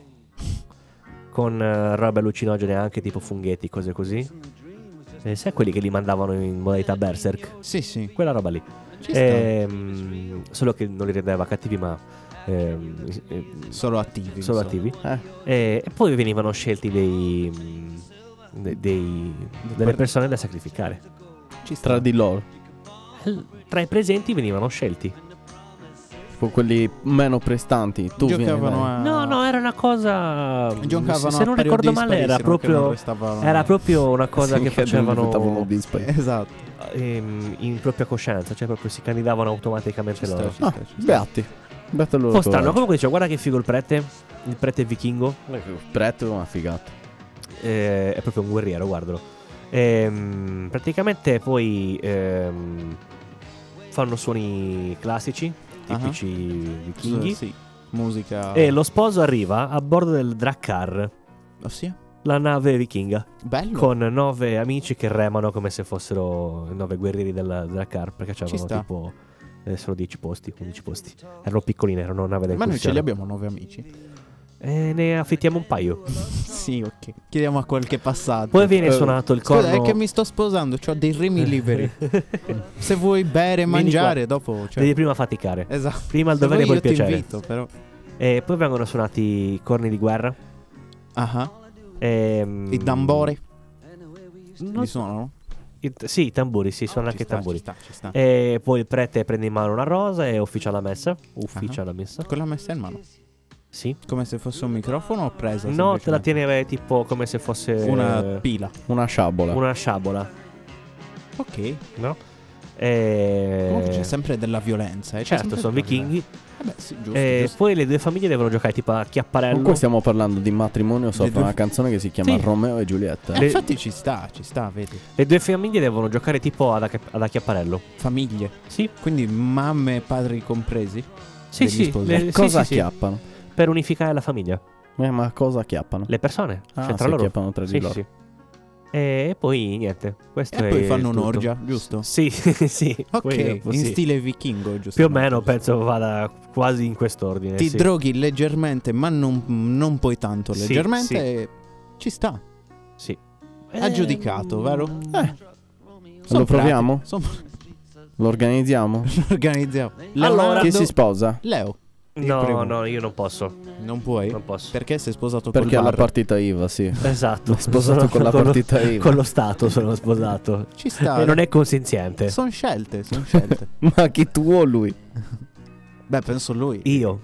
con eh, robe allucinogene anche, tipo funghetti, cose così. E sai quelli che li mandavano in modalità berserk? Sì, sì. Quella roba lì. Ci sta. Ehm, solo che non li rendeva cattivi, ma ehm, eh, Solo attivi. solo insomma. attivi. Eh, E, e poi venivano scelti dei, mm, de- dei- delle persone da sacrificare. Ci sta. tra di loro. L- Tra i presenti venivano scelti. Tipo quelli meno prestanti. Tu vieni, Giocavano vai. a... No, no, era una cosa. Giocavano se a non periodi ricordo male, dispari, era se non che non proprio. restavano- Era proprio una cosa Sì, che facevano diventavano dispari. Esatto. ehm, in propria coscienza, cioè proprio si candidavano automaticamente Ci sta, loro. ci Ah, sta, ci sta. beati. Beato loro. Un po' strano, coraggio. comunque dicevo, guarda che figo il prete, il prete vichingo, Prete è una figata. eh, è proprio un guerriero, guardalo. Ehm, praticamente poi ehm, fanno suoni classici, tipici vichinghi, Sì. Musica. e lo sposo arriva a bordo del Drakkar, Oh, sì? la nave vichinga, Bello. con nove amici che remano come se fossero nove guerrieri del Drakkar, perché Ci c'erano sta. tipo eh, solo dieci posti, undici posti. Erano piccoline, erano una nave da Ma noi ce li incursione. abbiamo nove amici. E ne affittiamo un paio. Sì, ok. Chiediamo a qualche passato. Poi viene Eh, suonato il Scusa, corno. è che mi sto sposando, ho dei remi liberi. Se vuoi bere e Vieni mangiare, dopo. Cioè... Devi prima faticare. Esatto. Prima il Se dovere e vuoi poi il io ti piacere. invito, però. E poi vengono suonati i corni di guerra. Ah, Ehm, i tambori. non Li so- suonano? i- sì, i tamburi, sì, suonano Ci anche i sta, tamburi. Ci sta, ci sta. E poi il prete prende in mano una rosa e ufficia la messa. Ufficia Ah. la messa. Con la messa in mano. Sì. Come se fosse un microfono o presa? No, te la semplicemente? tiene tipo come se fosse Una eh, pila. Una sciabola. una sciabola, Ok. no? E... Comunque c'è sempre della violenza. Eh. C'è Certo, sempre sono della vichinghi. violenza. Eh beh, sì, giusto. E giusto. poi le due famiglie devono giocare tipo a chiapparello. Comunque stiamo parlando di matrimonio sopra due- una canzone che si chiama Sì. Romeo e Giulietta. Eh, le- infatti ci sta, ci sta, vedi. Le due famiglie devono giocare tipo ad, acchi- ad acchiapparello. Famiglie. Sì, Quindi mamme e padri compresi. sì, Degli sì, sposi. le- sì, Cosa sì, sì, acchiappano? per unificare la famiglia. Eh, ma cosa acchiappano? Le persone, Ah, cioè tra si loro. acchiappano tra di Sì, loro. sì. E poi niente. Questo E è poi fanno tutto. un'orgia, giusto? Sì, sì. Ok, poi dopo in sì. stile vichingo, giusto? Più o meno penso vada quasi in quest'ordine. Ti sì. droghi leggermente, ma non, non poi tanto Sì, leggermente. sì. E ci sta. Sì. Aggiudicato, vero? Eh, Son lo proviamo? pratici, son- Lo organizziamo? lo organizziamo. Allora- Chi Leonardo- si sposa? Leo, No, prego. no, io non posso. non puoi? Non posso. Perché sei sposato Perché col alla bar? partita I V A, sì. Esatto. È sposato Sono- con la lo- partita I V A. Con lo Stato sono sposato. Ci sta. E non è consenziente. Sono scelte, sono scelte. Ma chi tu o lui? Beh, penso lui. Io.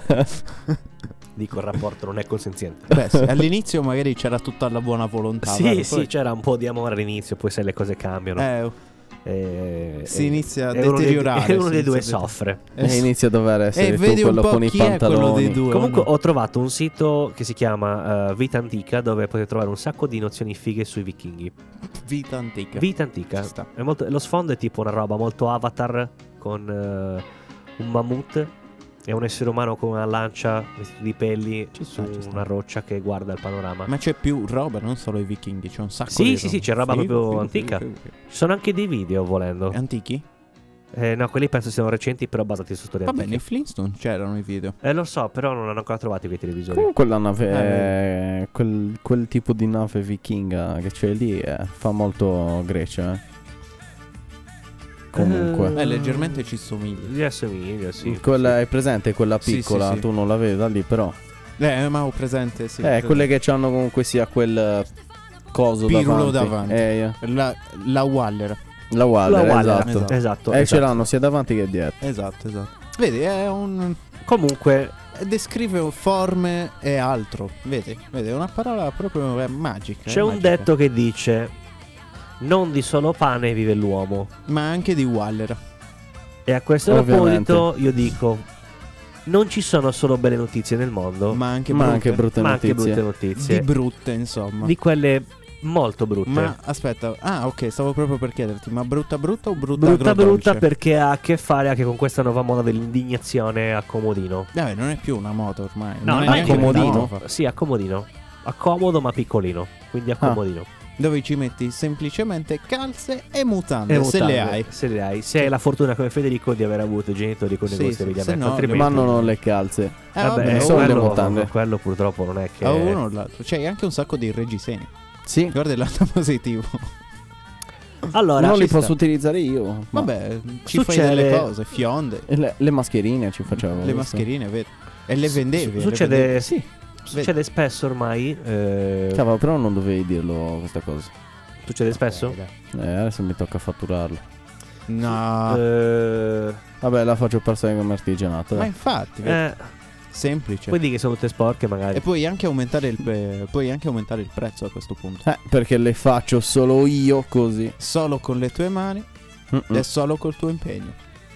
Dico il rapporto non è consenziente. Beh, sì, all'inizio magari c'era tutta la buona volontà. Sì, vero? sì, Poi- c'era un po' di amore all'inizio, poi se le cose cambiano. Eh, eh, Si eh, inizia a e uno dei- deteriorare, E uno si dei due inizia a soffre. E inizia a dover essere E tu vedi un quello po' con i chi è quello pantaloni. dei due. Comunque o no? ho trovato un sito che si chiama eh, Vita Antica, dove potete trovare un sacco di nozioni fighe sui vichinghi. Vita antica. Vita Antica. Ci sta. È molto- lo sfondo è tipo una roba molto Avatar, con eh, un mammut e un essere umano con una lancia vestito di pelli Ci su sta, ci sta. una roccia che guarda il panorama. Ma c'è più roba, non solo i vichinghi, c'è un sacco Sì, di sì, roba. sì, c'è roba Figo, proprio figo, antica. figo, figo. Ci sono anche dei video volendo. Antichi? Eh, no, quelli penso siano recenti, però basati su storie Vabbè, antiche. nei Flintstone c'erano i video. Eh, lo so, però non hanno ancora trovati quei televisori. Comunque la nave, Eh, eh, quel, quel tipo di nave vichinga che c'è lì eh, fa molto Grecia. Eh. Comunque. Eh, leggermente ci somiglia. Gli assomiglia, sì. Quella è presente, quella Sì, sì, piccola, sì. tu non la vedi da lì però. Eh, ma ho presente, sì. eh, presente. quelle che hanno comunque sia quel eh, coso Pirulo davanti. davanti. Eh, La, la Waller. la Waller, La Waller, esatto. esatto. esatto, E ce esatto. l'hanno sia davanti che dietro. Esatto, esatto. Vedi, è un... Comunque, descrive forme e altro. Vedi, vedi, è una parola proprio eh, magica. c'è è un magica. detto che dice: non di solo pane vive l'uomo. Ma anche di Waller. E a questo Ovviamente. proposito io dico: non ci sono solo belle notizie nel mondo, Ma anche Ma brutte. anche brutte ma anche notizie. brutte notizie. Di brutte, insomma. Di quelle molto brutte. Ma aspetta, ah ok, stavo proprio per chiederti, ma brutta brutta o brutta brutta agrodolce? brutta perché ha a che fare anche con questa nuova moda dell'indignazione a comodino. Vabbè, non è più una moto ormai. No, non è ormai neanche è una comodino. moto. Sì, a comodino. A comodo ma piccolino. Quindi a Ah. comodino. Dove ci metti semplicemente calze e mutande, E se mutande, le hai. Se le hai. Se hai la fortuna come Federico di aver avuto i genitori con i Sì, negozi sì, di se no, altrimenti... Ma non ho le calze. Eh, Vabbè, vabbè, solo le quello, mutande. quello purtroppo non è che... o uno o l'altro. C'hai anche un sacco di reggiseni. Sì. Guarda il lato positivo. Allora, non ci li sta. posso utilizzare io. ma- Vabbè, ci fai Succede- delle cose, fionde, E Le, le mascherine ci facevo. le visto? mascherine, vedi? E le vendevi. le succede, vendevi. sì, succede spesso ormai. eh, Cavolo, però non dovevi dirlo questa cosa. succede spesso? Eh, adesso mi tocca fatturarlo. No, Eh, Vabbè, la faccio passare come artigianato. ma dai. infatti, vedi? eh, semplice. puoi dire che sono tutte sporche magari. E puoi anche aumentare il pe- puoi anche aumentare il prezzo a questo punto. Eh, perché le faccio solo io così. Solo con le tue mani Mm-mm. e solo col tuo impegno.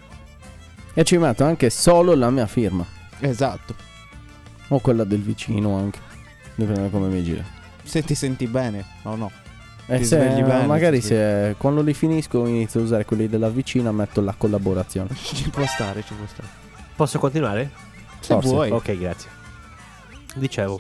E ci metto anche solo la mia firma. Esatto. O quella del vicino anche. Dipende da come mi gira. Se ti senti bene o no. E Ti se svegli bene, magari ti se quando li finisco inizio a usare quelli della vicina, metto la collaborazione. Ci può stare, ci può stare. Posso continuare? Se Forse. vuoi. Ok, grazie. Dicevo.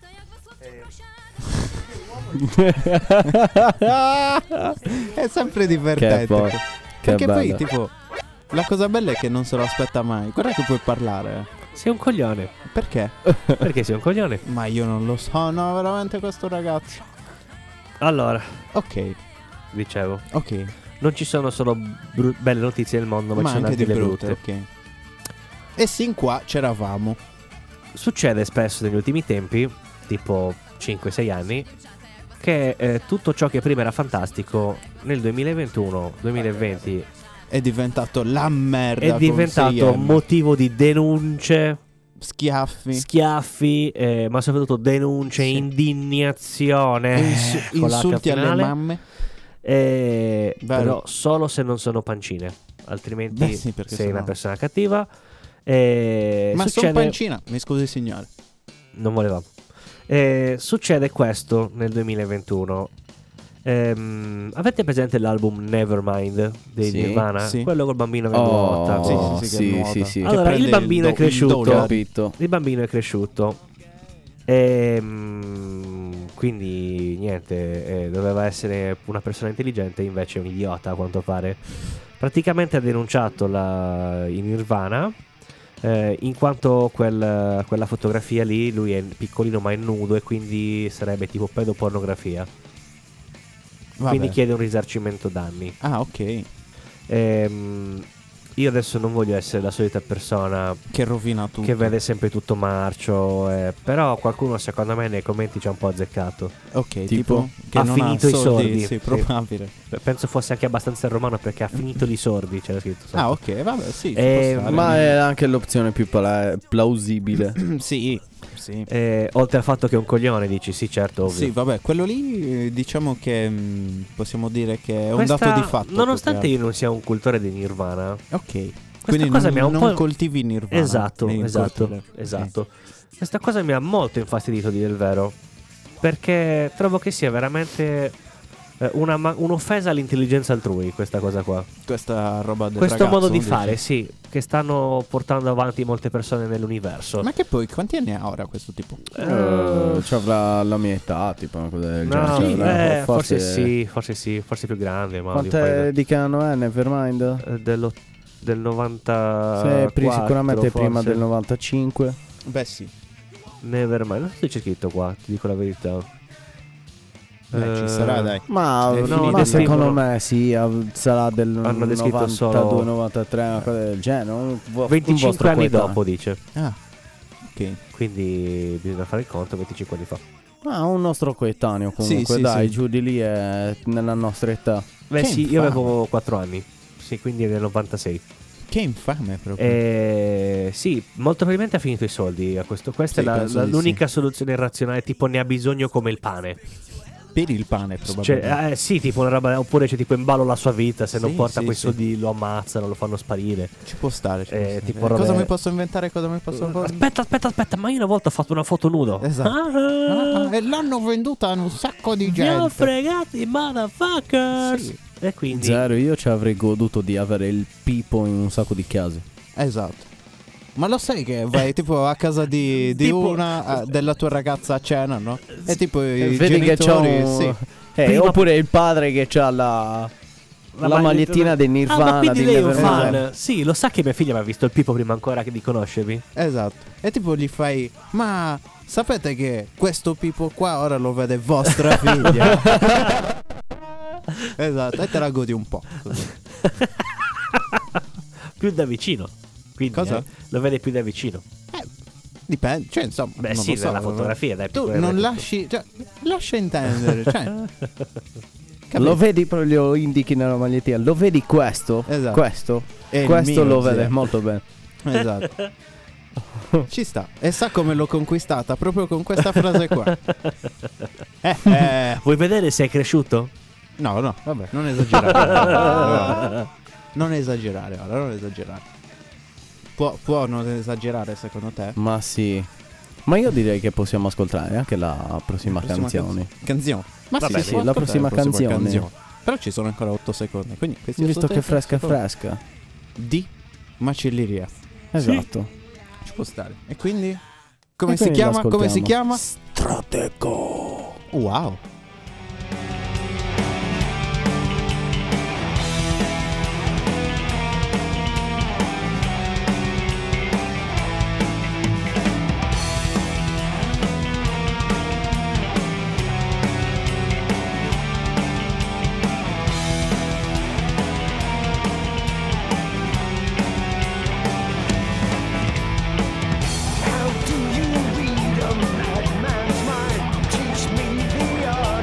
È sempre divertente. Che poi- Che Perché poi, bello. tipo, la cosa bella è che non se lo aspetta mai. Guarda che puoi parlare. Sei un coglione. Perché? Perché sei un coglione? Ma io non lo so, no, veramente questo ragazzo. Allora, Ok, dicevo. ok. Non ci sono solo bru- belle notizie nel mondo, ma, Ma ci sono anche anche di le brutte, brutte. ok. E sin qua c'eravamo. Succede spesso negli ultimi tempi, tipo cinque sei anni, che eh, tutto ciò che prima era fantastico nel duemilaventuno duemilaventi È diventato la merda. è con diventato sei M. motivo di denunce, Schiaffi. schiaffi, eh, ma soprattutto denunce, Sì. indignazione, Ins- con l'H insulti alle finale. mamme. Eh, Vero. però solo se non sono pancine, altrimenti Beh, sì, perché sei sennò- una persona cattiva. Eh, Ma succede... sono pancina. Mi scusi signore. Non volevamo. Eh, succede questo nel duemilaventuno. Ehm, avete presente l'album Nevermind dei Sì, Nirvana? sì. Quello col bambino che Oh, nuota. Sì, sì, sì, che sì, nuota. sì, sì. Che Allora, prende il bambino è do- cresciuto. dolore. Capito. Il bambino è cresciuto. Ehm, quindi niente, eh, doveva essere una persona intelligente, invece è un idiota a quanto pare. Praticamente ha denunciato la, i Nirvana, eh, in quanto quel- quella fotografia lì, lui è piccolino ma è nudo e quindi sarebbe tipo pedopornografia. Vabbè. Quindi chiede un risarcimento danni. Ah, ok. Ehm, io adesso non voglio essere la solita persona Che rovina tutto. che vede sempre tutto marcio, eh, però qualcuno secondo me nei commenti ci ha un po' azzeccato. Ok, tipo, Tipo? che Ha non finito ha i soldi. Sì, Sì. probabile. Penso fosse anche abbastanza romano perché ha finito i sordi, c'era scritto. Ah, ok, vabbè, sì. ci Eh, può stare. Ma è anche l'opzione più pla- plausibile. sì, Sì. Eh, oltre al fatto che è un coglione, dici sì, certo, ovvio. Sì, vabbè, quello lì eh, diciamo che mh, possiamo dire che è Questa- un dato di fatto. Nonostante più io non sia un cultore di Nirvana, che altro. Ok. Quindi cosa non, mi ha un non po'- coltivi Nirvana. esatto, nei esatto, coltivi- esatto. Questa cosa mi ha molto infastidito, di del vero, perché trovo che sia veramente eh, una ma- un'offesa all'intelligenza altrui, questa cosa qua. Ok. Questa roba del Questo ragazzo, modo di dici? fare, sì, che stanno portando avanti molte persone nell'universo. Ma che poi quanti anni ha ora questo tipo? Eh, ci avrà la mia età, tipo una cosa del No, genere. sì, Cioè, eh, forse, sì, forse sì, forse più grande, ma di un paio Quant'è, di- di che anno è Nevermind? eh, dello- del novanta. Sì, pri- sicuramente prima del novantacinque. Beh sì. Nevermind, non so se c'è scritto qua, ti dico la verità. Beh, ci Eh, sarà, dai. Ma, È no, finito ma il secondo tempo. me sì, av- sarà del Hanno descritto novantadue solo- novantatré, una cosa del genere. Un, vo- un venticinque vostro anni coetaneo. dopo, dice. Ah. Ok. Quindi bisogna fare il conto, venticinque anni fa. Ah, un nostro coetaneo comunque, Sì, sì, dai, sì. giù di lì è nella nostra età. Beh Che sì, io infame. avevo quattro anni. Sì, quindi nel novantasei. Che infame proprio. E sì, molto probabilmente ha finito i soldi a questo. Questa Sì, è la- penso la- di l'unica soluzione razionale, tipo ne ha bisogno come il pane. Per il pane probabilmente. Cioè, eh, sì, tipo una roba, oppure c'è tipo in ballo la sua vita, se non Sì, porta sì, quei sì. soldi lo ammazzano, lo fanno sparire. Ci può stare. Ci Eh, può stare. tipo Eh, cosa robe- mi posso inventare? Cosa mi posso fare? Aspetta, aspetta, aspetta, ma io una volta ho fatto una foto nudo. Esatto. Ah, Ah, e l'hanno venduta a un sacco di vi ho gente. fregati, motherfuckers. Sì. E quindi Zero, io ci avrei goduto di avere il pipo in un sacco di case. Esatto. Ma lo sai che vai tipo a casa di, di Tipo- una eh, della tua ragazza a cena, no? E tipo i Vedi che c'ha genitori, un... sì. Eh, Prima- oppure il padre che c'ha la... La, magliettina dei Ah, Nirvana, ma quindi di lei è un Nevermind. fan. Sì, lo sa che mia figlia mi ha visto il Pipo prima ancora che di conoscervi. Esatto. E tipo gli fai: ma sapete che questo Pipo qua ora lo vede vostra figlia? Esatto. E te la godi un po'. Così. Più da vicino. Quindi Cosa? eh, lo vede più da vicino. Dipende. Cioè, insomma. Beh, non sì, lo so. nella fotografia, dai, Tu più- non lasci. Cioè, lascia intendere. Cioè. Capito? Lo vedi, proprio lo indichi nella magliettina. Lo vedi questo? Esatto. Questo? È il Questo mio, lo zio. vede molto bene. Esatto. Ci sta. E sa come l'ho conquistata proprio con questa frase qua. Eh, eh. Vuoi vedere se è cresciuto? No, no, vabbè, non esagerare. No. Non esagerare ora, non esagerare. Può, può non esagerare secondo te? Ma sì. Ma io direi che possiamo ascoltare anche la prossima, Prossima canzone. canz- Canzone. Ma Vabbè, sì, sì, può la ascoltare prossima prossima canzone. Però ci sono ancora otto secondi. Quindi questi Visto otto che è secondi fresca sono fresca. di macelleria. Esatto. Ci può stare. E quindi come E si quindi chiama? Come si l'ascoltiamo. chiama? Stratego. Wow. How do you read a madman's mind? Teach me the art.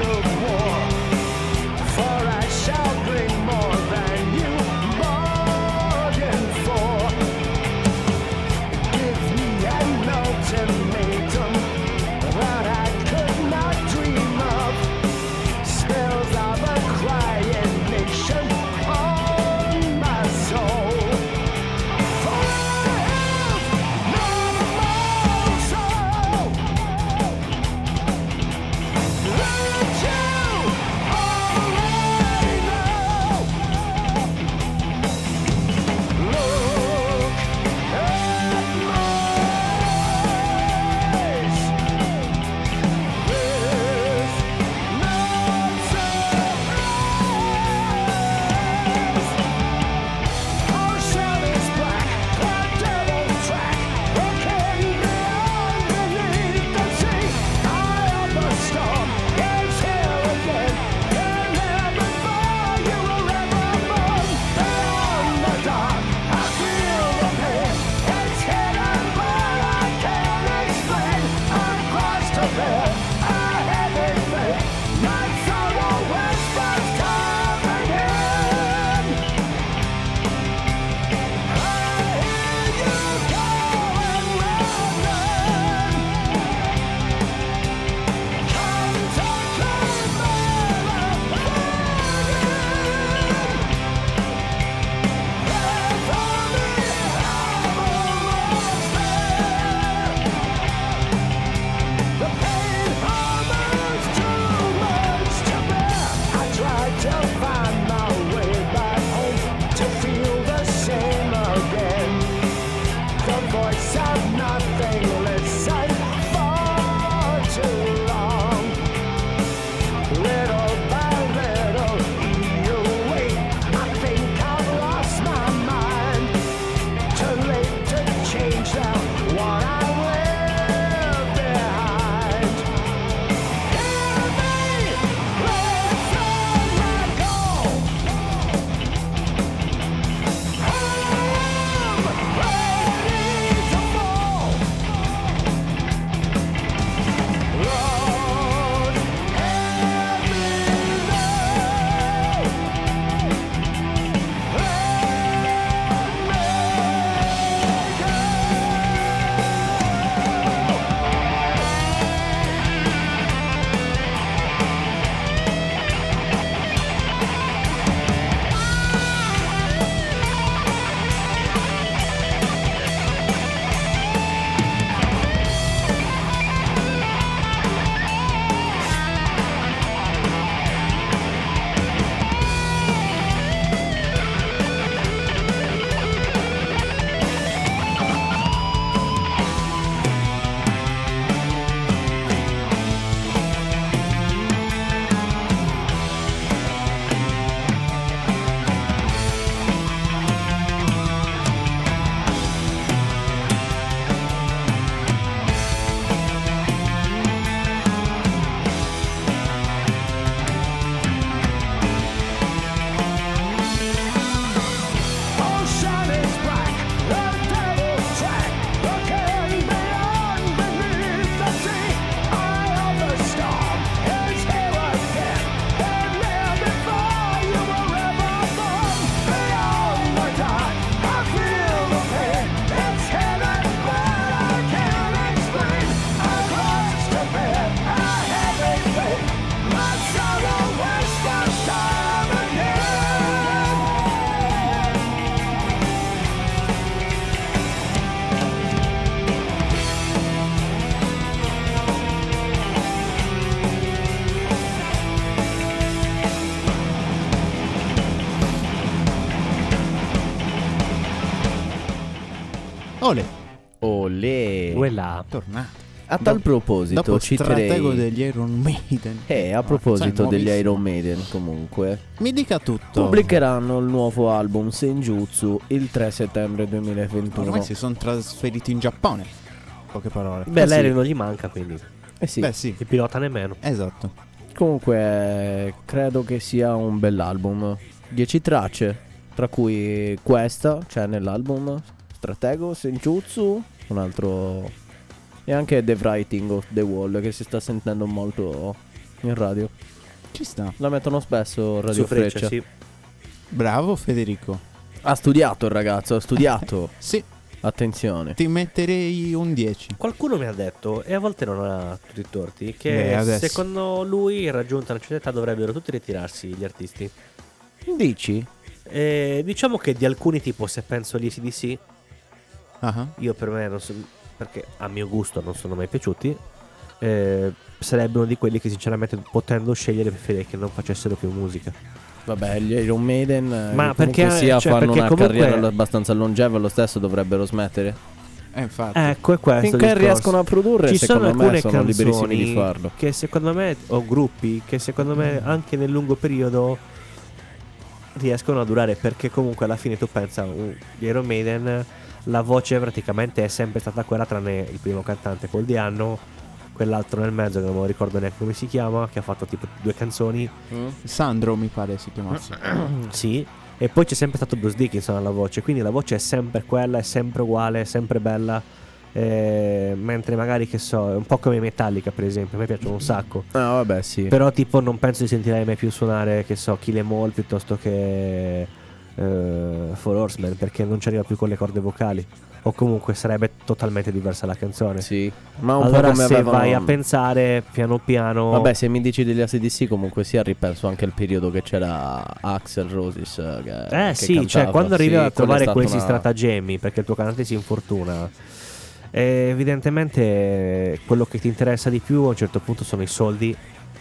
Ole, Olè. Quella. tornato. A tal Dopo- proposito Dopo citerei stratego degli Iron Maiden. Eh, a No, proposito cioè, degli nuovissimo. Iron Maiden, comunque, Mi dica tutto. pubblicheranno il nuovo album Senjutsu il tre settembre duemilaventuno. Ormai si sono trasferiti in Giappone. In poche parole. Beh, Eh, l'aereo sì. non gli manca, quindi. Eh sì. Beh, sì. Il pilota nemmeno. Esatto. Comunque, eh, credo che sia un bell'album. Dieci tracce, tra cui questa, cioè nell'album Stratego, Senjutsu, un altro. E anche The Writing of the Wall, che si sta sentendo molto in radio. Ci sta. La mettono spesso Radio Su Freccia, Freccia. sì. Bravo Federico. Ha studiato il ragazzo, ha studiato. Sì, Attenzione. ti metterei un dieci. Qualcuno mi ha detto, e a volte non ha tutti i torti, che Beh, adesso. secondo lui, raggiunta una certa età, dovrebbero tutti ritirarsi gli artisti. Dici? E diciamo che di alcuni, tipo, se penso agli A C D C, Ah, io per me non so, perché a mio gusto non sono mai piaciuti, eh, sarebbe uno di quelli che sinceramente potendo scegliere preferirei che non facessero più musica. Vabbè, gli Iron Maiden eh, Ma comunque perché- sia cioè, fanno perché una comunque- carriera abbastanza longeva, lo stesso dovrebbero smettere. eh, infatti. Ecco, è questo il Finché discorso. riescono a produrre, Ci secondo sono me alcune sono liberissimi di canzoni farlo. che secondo me, o gruppi che secondo me anche nel lungo periodo riescono a durare, perché comunque alla fine tu pensa, uh, gli Iron Maiden, la voce praticamente è sempre stata quella, tranne il primo cantante Paul Di'Anno, quell'altro nel mezzo che non me lo ricordo neanche come si chiama, che ha fatto tipo due canzoni. Sandro mi pare si chiamasse. Sì. E poi c'è sempre stato Bruce Dickinson alla voce, quindi la voce è sempre quella, è sempre uguale, è sempre bella. Eh, mentre magari, che so, è un po' come Metallica, per esempio, a me piacciono un sacco. Ah, vabbè, sì. Però tipo non penso di sentirei mai più suonare, che so, Kill Em All piuttosto che eh, Four Horsemen, perché non ci arriva più con le corde vocali. O comunque sarebbe totalmente diversa la canzone. Sì. Ma un Allora po' come se avevano... vai a pensare piano piano, Vabbè, se mi dici degli A C D C, comunque si è riperso anche il periodo che c'era Axl Roses eh, che, Eh che sì, cantava. cioè quando arrivi Sì, a quello è trovare stato questi una- stratagemmi, perché il tuo cantante si infortuna, eh, evidentemente quello che ti interessa di più a un certo punto sono i soldi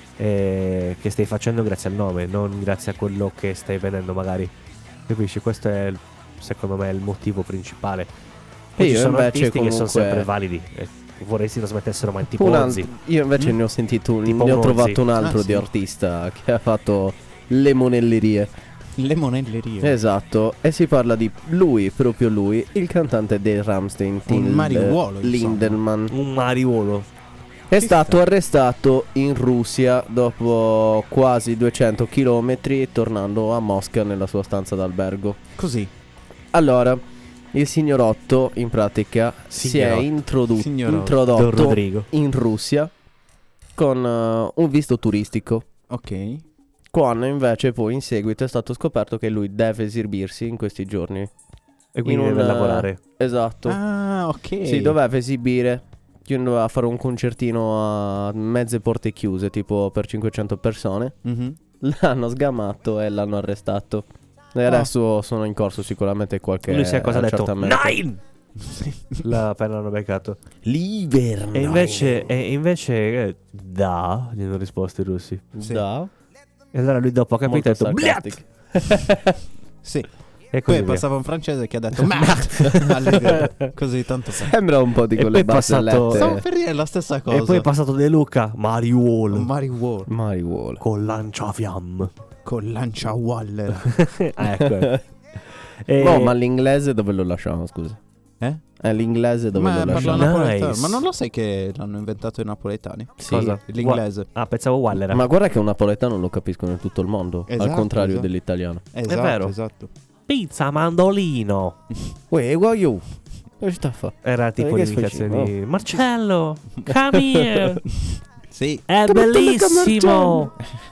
eh, che stai facendo grazie al nome, non grazie a quello che stai vendendo magari. Capisci? Questo è il- secondo me il motivo principale. Poi E ci io sono invece artisti che sono comunque- sempre validi e vorresti trasmettessero mai tipo Un alt- Ozzy. Io invece ne ho sentito un, Tipo ne ho Ozzy. trovato un altro Ah, di sì. artista che ha fatto le monellerie. Le monellerie. Esatto, e si parla di lui, proprio lui, il cantante dei Rammstein, Till mariuolo, insomma. Lindemann. Un mariuolo. È Ci stato sta. arrestato in Russia dopo quasi duecento chilometri, tornando a Mosca nella sua stanza d'albergo. Così. Allora, il signorotto in pratica si Signorotto. è introdu- Signorotto. Don introdotto Rodrigo. in Russia con eh, un visto turistico. Ok. Quando invece poi in seguito è stato scoperto che lui deve esibirsi in questi giorni. E quindi In un, deve eh, lavorare. Esatto. Ah, ok. Si doveva esibire. Quindi doveva fare un concertino a mezze porte chiuse, tipo per cinquecento persone. Mhm. L'hanno sgamato e l'hanno arrestato. E Ah. adesso sono in corso sicuramente qualche Lui si è cosa ha detto? accertamento. Nine! La appena hanno beccato. Liver. E invece, e invece eh, da, gli hanno risposto i russi. Sì. Da. E allora lui dopo ha capito e ha Molto detto Bliat! sarcastic. Sì. E Poi così via. passava un francese che ha detto Merde! All'idea. Così tanto fa. Sembra un po' di E quelle poi è passato- barzellette. Stavo per dire la stessa cosa. E poi è passato De Luca, Mariuolo, Mario War Mariuolo. con lanciafiamme. con Lancia Waller. Ah, ecco. E- No, ma l'inglese dove lo lasciamo, scusa? Eh? È l'inglese dove Ma lo parla lasciamo? Nice. napoletano. Ma non lo sai che l'hanno inventato i napoletani? Sì. Cosa? L'inglese. Ah, pensavo Waller. Ma guarda che un napoletano lo capiscono in tutto il mondo, al Esatto, contrario esatto. dell'italiano. Esatto, vero. esatto. Pizza mandolino. Uè, guai io. Che sta a fa? Era tipo che l'imitazione sfacci- di Marcello, come here. Sì. È bellissimo.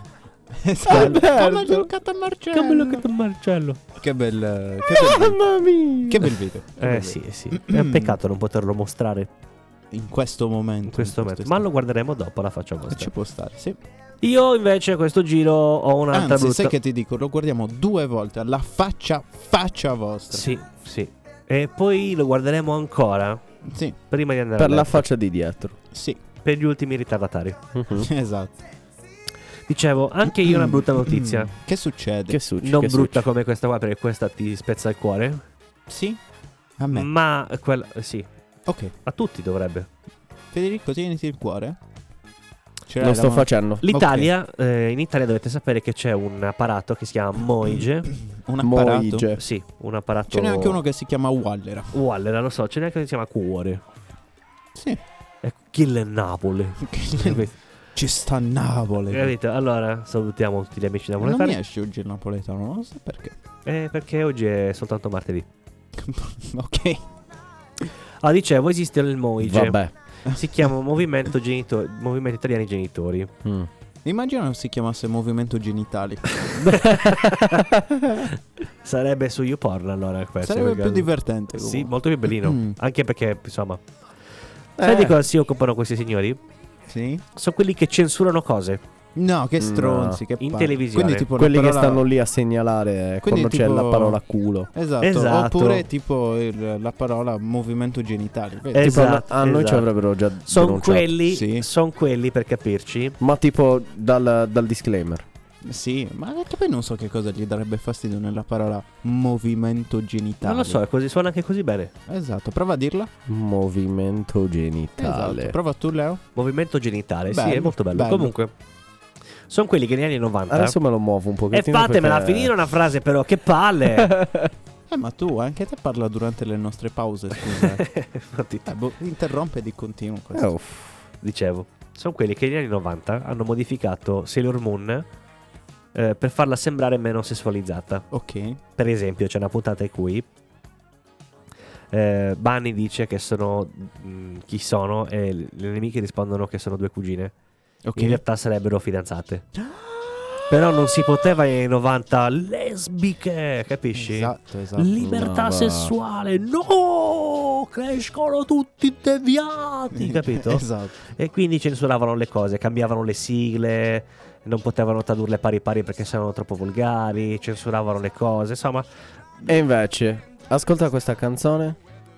Come ha giocato a Marcello. Come lo che Marcello. Che bel che bel, Mamma mia. che bel video. Che bel Eh sì, sì. È un peccato non poterlo mostrare video. In questo momento. in questo momento. Ma istante. lo guarderemo dopo, la facciamo Ci può stare, sì. Io invece questo giro ho un'altra Anzi, brutta. sai che ti dico, lo guardiamo due volte alla faccia faccia vostra. Sì, sì. E poi lo guarderemo ancora Sì, prima di andare Per a la letto. faccia di dietro. sì, Per gli ultimi ritardatari. Mhm. esatto. Dicevo, anche io una brutta notizia. Che succede? Che succede? Non che brutta succede? come questa qua, perché questa ti spezza il cuore. Sì? A me. Ma quella eh, sì, Ok. a tutti dovrebbe. Federico, tieniti il cuore. Ce l'hai Lo la sto mano? facendo. L'Italia, eh, in Italia dovete sapere che c'è un apparato che si chiama Moige. Un apparato. Moige. Sì, un apparato. Ce n'è anche uno che si chiama Wallera. Wallera, lo so, ce n'è anche che si chiama Cuore. Sì. È Kill e Napoli. Ci sta Napoli. Capito? Allora salutiamo tutti gli amici Non mi napoletani. esce oggi il napoletano, non so perché. Eh, perché oggi è soltanto martedì. Ok. Ah, dicevo, esiste il Moige. Vabbè. Si chiama Movimento Genitori, Movimento Italiani Genitori. Mm. Immagina si chiamasse Movimento Genitali. Sarebbe su YouPorn allora questo, Sarebbe perché- più divertente. Sì, comunque. molto più bellino. Mm. Anche perché, insomma, Eh. sai di cosa si occupano questi signori? Sì? Sono quelli che censurano cose No, che No. stronzi. Che in palle. televisione. Quindi tipo la Quelli che parola- stanno lì a segnalare Quindi quando c'è tipo- la parola culo. Esatto. Esatto. Oppure tipo il- la parola movimento genitali. Vedi? Eh, Tipo, Esatto, a noi ci esatto. avrebbero già Sono denunciato. quelli, Sì. son quelli, per capirci. Ma tipo dal, dal disclaimer. Sì, ma che poi non so che cosa gli darebbe fastidio nella parola movimento genitale. Non lo so, è così, suona anche così bene. Esatto, prova a dirla. Movimento genitale. Esatto. Prova tu, Leo. Movimento genitale, sì, Bello, è molto bello. bello. Comunque, sono quelli che negli anni novanta. Adesso me lo muovo un E pochettino. fatemela perché- finire una frase, però, che palle! Eh, ma tu anche te parla durante le nostre pause, scusa. Infatti, Eh, boh, interrompe di continuo Eh, questo. uff. dicevo, sono quelli che negli anni novanta hanno modificato Sailor Moon eh, per farla sembrare meno sessualizzata. Ok. Per esempio, c'è una puntata in cui eh, Bunny dice che sono mh, chi sono e le le nemiche rispondono che sono due cugine. Ok. In realtà sarebbero fidanzate. Però non si poteva negli anni novanta lesbiche, capisci? Esatto, esatto. Libertà No, va. sessuale, no! Crescono tutti deviati, capito? Esatto. E quindi censuravano le cose, cambiavano le sigle, non potevano tradurle pari pari perché erano troppo volgari, censuravano le cose, insomma. E invece, ascolta questa canzone.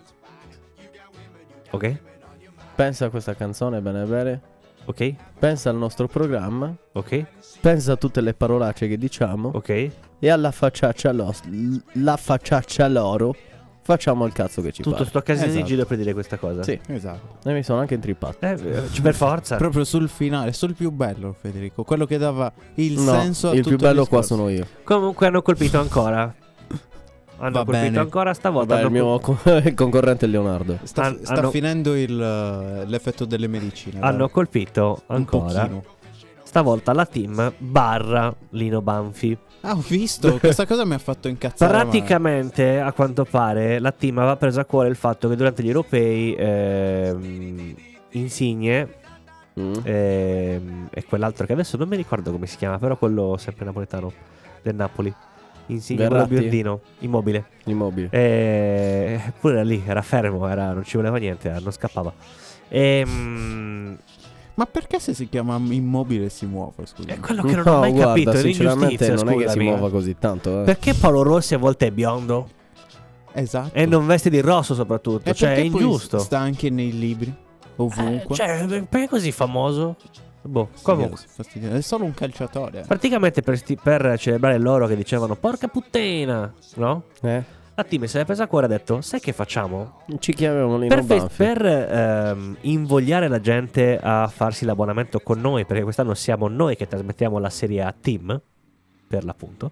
Ok? Pensa a questa canzone bene bene. Ok? Pensa al nostro programma. Ok? Pensa a tutte le parolacce che diciamo. Ok? E alla facciaccia lo- la facciaccia loro. Facciamo il cazzo che ci Tutto pare. sto casino Esatto. in giro per dire questa cosa. Sì. Esatto. E mi sono anche intrippato. Eh, eh, per forza. Proprio sul finale, sul più bello, Federico. Quello che dava il No, senso a il tutto più bello qua discorso. sono io. Comunque hanno colpito ancora. Hanno Va colpito bene. ancora stavolta. Vabbè, il hanno mio co- concorrente è Leonardo. Sta, Han- sta hanno- finendo il, l'effetto delle medicine. hanno dai. colpito un ancora. pochino. Stavolta la team barra Lino Banfi. Ah, ho visto. Questa cosa mi ha fatto incazzare. Praticamente, a quanto pare, la team aveva preso a cuore il fatto che durante gli europei ehm, Insigne Mm. ehm, e quell'altro che adesso non mi ricordo come si chiama, però quello sempre napoletano del Napoli. Insigne, quello Verratti. biondino, Immobile. Immobile. E pure era lì, era fermo, era, non ci voleva niente, non scappava. Ehm, Ma perché se si chiama immobile si muove? Scusa. è quello che non No, ho mai guarda, capito. È sinceramente l'ingiustizia, non è che si scusami. muova così tanto. Eh. Perché Paolo Rossi a volte è biondo Esatto. e non veste di rosso soprattutto? E Cioè è perché poi ingiusto. sta anche nei libri, ovunque. Eh, cioè, perché è così famoso? Boh, Fastidioso, comunque. fastidioso. È solo un calciatore. Praticamente per, sti- per celebrare loro che dicevano porca puttana, no? Eh? La team se l'è presa a cuore e ha detto sai che facciamo? Ci chiamiamo Lino Per, fe- Banfi. per ehm, invogliare la gente a farsi l'abbonamento con noi, perché quest'anno siamo noi che trasmettiamo la Serie A Team, per l'appunto,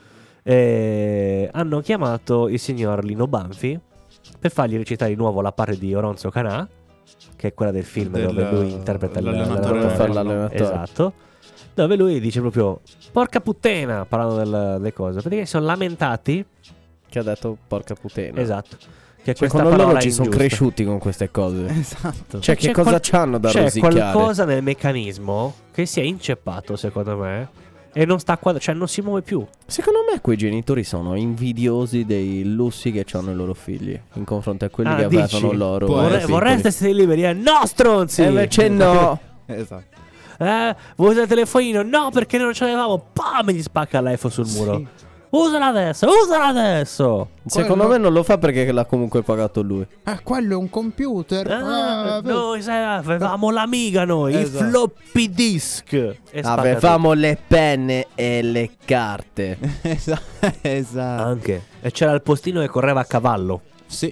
eh, hanno chiamato il signor Lino Banfi per fargli recitare di nuovo la parte di Oronzo Canà, che è quella del film Del- dove lui interpreta il- l'allenatore. Per fare l'allenatore. Esatto. Dove lui dice proprio porca puttana, parlando del, delle cose. Praticamente si sono lamentati. Che ha detto porca puttana. Esatto. Che questa Secondo parola loro è ci sono ingiusta. cresciuti con queste cose. Esatto. Cioè, C'è che cosa qual- c'hanno da C'è rosicchiare? qualcosa nel meccanismo che si è inceppato, secondo me, e non sta qua, cioè non si muove più. Secondo me quei genitori sono invidiosi dei lussi che hanno i loro figli in confronto a quelli Ah, che dici? avevano loro. Può da Vorrei, essere. piccoli. vorreste essere liberi, eh? No, stronzi! E invece no. Esatto. Eh, vuoi usare il telefonino? No, perché non ce l'avevamo. Pam, gli spacca l'iPhone sul muro. Sì. Usala adesso, usala adesso. Secondo Quello- me non lo fa perché l'ha comunque pagato lui. Ah, quello è un computer. Ah, Ah, noi sai, avevamo l'amiga noi, Esatto. i floppy disk. E spacca Avevamo le penne e le carte. Esatto. tutto. Esatto. Anche. E c'era il postino che correva a cavallo. Sì.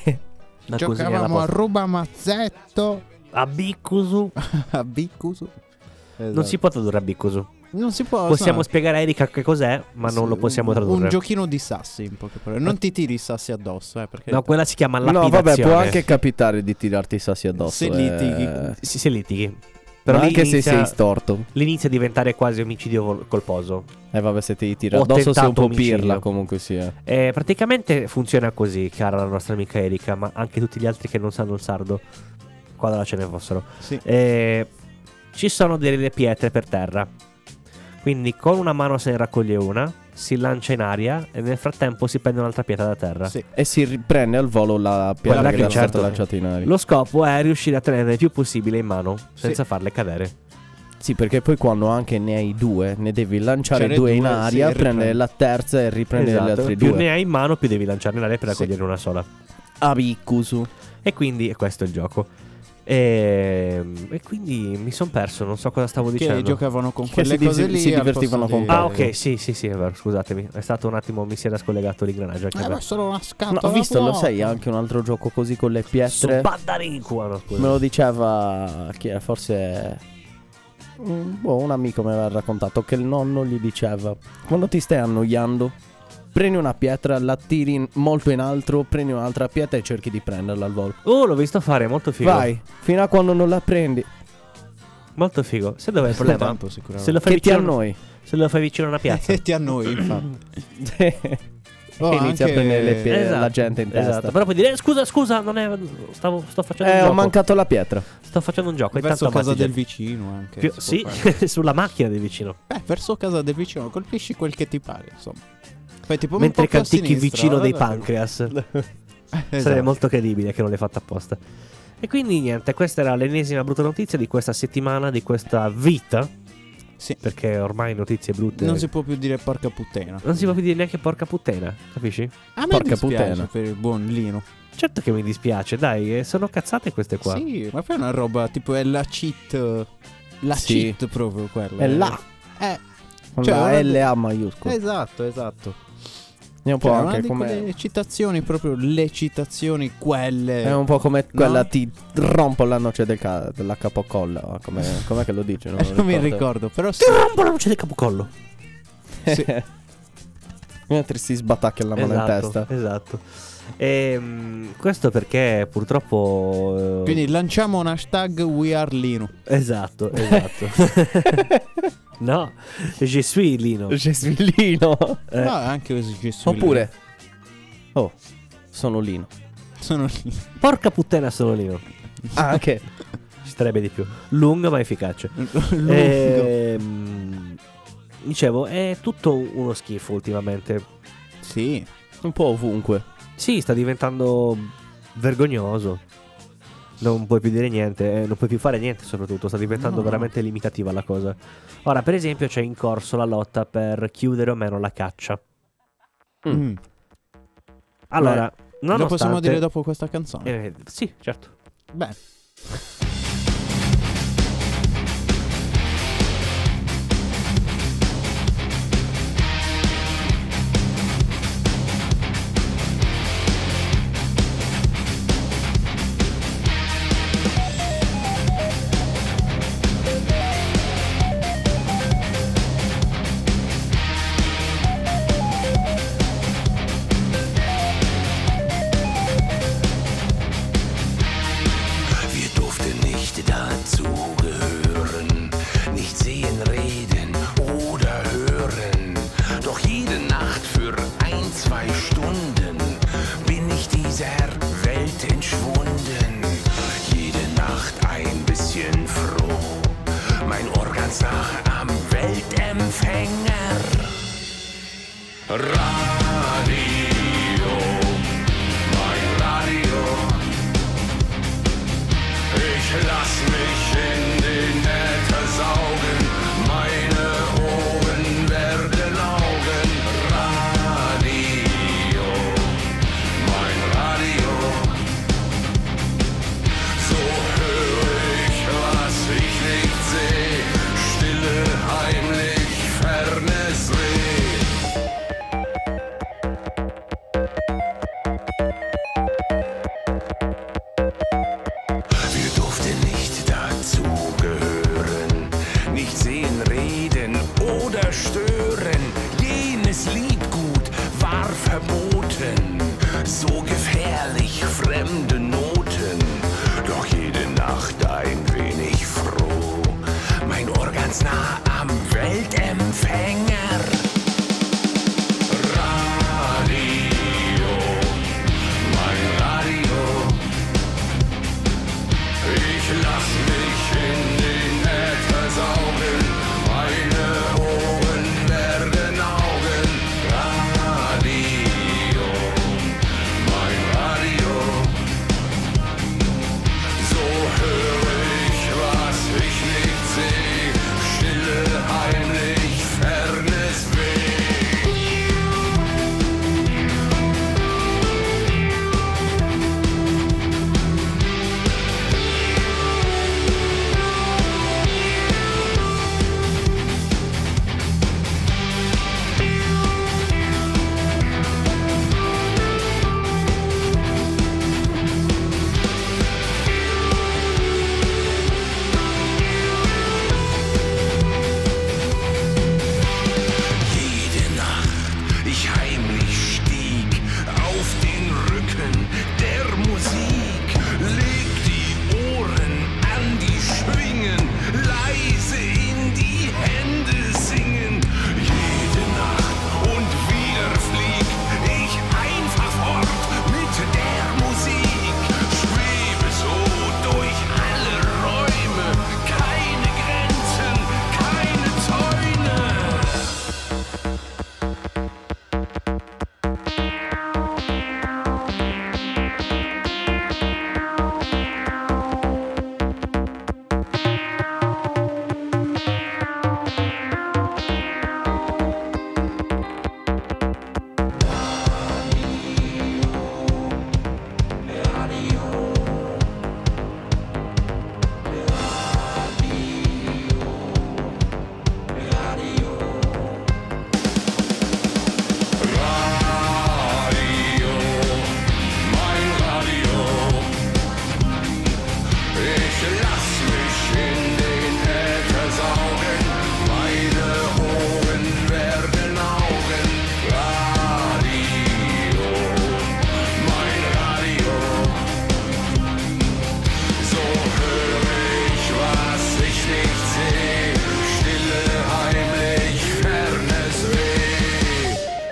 La cosina alla Giocavamo a posta. ruba mazzetto. A Biccusu. A Biccusu. Non si può tradurre a Biccusu. Non si può. Possiamo no. spiegare a Erika che cos'è, ma non lo possiamo Un- tradurre. Un giochino di sassi, in poche parole. Non ti tiri i sassi addosso, eh, perché No, quella si chiama No, lapidazione. vabbè, può anche capitare di tirarti i sassi addosso. Se litighi. eh. Sì, se litighi. Ma Però lì anche se inizia- sei storto. lì inizia a diventare quasi omicidio vol- colposo. E eh, vabbè, se ti tira Ho addosso sei un tentato po' omicidio. pirla comunque sia. E praticamente funziona così, cara la nostra amica Erika, ma anche tutti gli altri che non sanno il sardo, qualora ce ne fossero. Sì. E ci sono delle pietre per terra. Quindi con una mano se ne raccoglie una, si lancia in aria e nel frattempo si prende un'altra pietra da terra. Sì. E si riprende al volo la pietra Quella che che era stata certo- lanciata in aria. Lo scopo è riuscire a tenerle il più possibile in mano senza farle cadere. Sì, perché poi quando anche ne hai due, ne devi lanciare Cioè, due in due, sì, aria, e prendere riprendi. la terza e riprendere le Esatto. altre Più due. ne hai in mano, più devi lanciare in aria per Sì. raccoglierne una sola. Abikusu. E quindi e questo è il gioco. E, e quindi mi sono perso, non so cosa stavo Che dicendo. giocavano con Che quelle si cose dis- lì. si al divertivano posto con di- Ah, ok, sì, sì, sì, è vero, scusatemi. È stato un attimo, mi si era scollegato l'ingranaggio anche Eh, a ma me. è solo una No, scatola. ho visto, lo vuota. sai, anche un altro gioco così con le pietre. Subaddarinqua, no, scusa. Me lo diceva chi era, forse un, boh, un amico mi aveva raccontato che il nonno gli diceva: quando ti stai annoiando, prendi una pietra, la tiri in- molto in alto, prendi un'altra pietra e cerchi di prenderla al volo. Oh, l'ho visto fare, molto figo. Vai, fino a quando non la prendi. Molto figo. Sai dov'è il problema? Tanto, sicuramente. Se lo fai Che ti vicino, annoi. se lo fai vicino a una piazza. E ti annoi, infatti. Oh, E inizia anche- a prendere le pie- Esatto, la gente in testa. Esatto. Però puoi dire, "Eh, scusa, scusa, non è. Stavo, sto facendo Eh, un ho gioco. mancato la pietra. Sto facendo un gioco. e Verso tanto casa ammazzi del gente. vicino anche. Più- si può sì, fare. sulla macchina del vicino. Beh, verso casa del vicino, colpisci quel che ti pare, insomma. Fai tipo un Mentre po' più a canticchi il sinistra, vicino dei guarda. pancreas. Esatto. Sarebbe molto credibile che non l'hai fatta apposta. E quindi niente, questa era l'ennesima brutta notizia di questa settimana, di questa vita. Sì. Perché ormai notizie brutte. Non si può più dire porca puttana. non si può più dire neanche porca puttana, capisci? A me Porca dispiace puttana. per il buon Lino. Certo che mi dispiace, dai, eh, sono cazzate queste qua. Sì, ma poi è una roba tipo è la cheat. La Sì. cheat proprio quella. È là. Eh, Con Cioè, la una- L A maiuscola. esatto, esatto. È un po' Cioè, una anche di come quelle citazioni, proprio le citazioni quelle. È un po' come No? quella ti rompo la noce del ca- della capocolla. Come, com'è che lo dice? Non, Eh, lo non mi ricordo. ricordo, però sì. Ti rompo la luce del capocollo. Sì. Mentre si sbatacchia la mano esatto, in testa. Esatto. Ehm, questo perché purtroppo. eh, Quindi lanciamo un hashtag We Are Lino. Esatto, esatto. No, je suis Lino. Gesvillino. Eh, No, anche così ci sono. Oppure oh, sono Lino. Sono lì. Porca puttana sono Lino. Ah, anche Ci starebbe di più. Lungo ma efficace. Lungo. Ehm, dicevo, è tutto uno schifo ultimamente. Sì. un po' ovunque. Sì, sta diventando vergognoso. Non puoi più dire niente, eh, non puoi più fare niente soprattutto, sta diventando No. veramente limitativa la cosa. Ora, per esempio, c'è in corso la lotta per chiudere o meno la caccia. Mm. Allora, Lo nonostante... possiamo dire dopo questa canzone. Eh, sì, certo. Beh. Wir durften Noten, so gefährlich fremde Noten, doch jede Nacht ein wenig froh. Mein Ohr ganz nah am Weltempfänger. Radio, mein Radio. Ich lass mich in den Äther saugen, meine Ohren werden Augen. Radio, mein Radio. So höre ich, was ich nicht seh, stille, heimlich, fernes Weh. Jede Nacht ich heimlich stieg auf den Rücken der Musik, leg die Ohren an die Schwingen, leise in die Hände singen. Jede Nacht und wieder flieg ich einfach fort mit der Musik, schwebe so durch alle Räume, keine Grenzen, keine Zäune. Radio, mein Radio. Ich lass mich in den Äther saugen, meine Ohren werden Augen. Radio, mein Radio. So höre ich, was ich nicht seh, stille, heimlich, fernes Weh.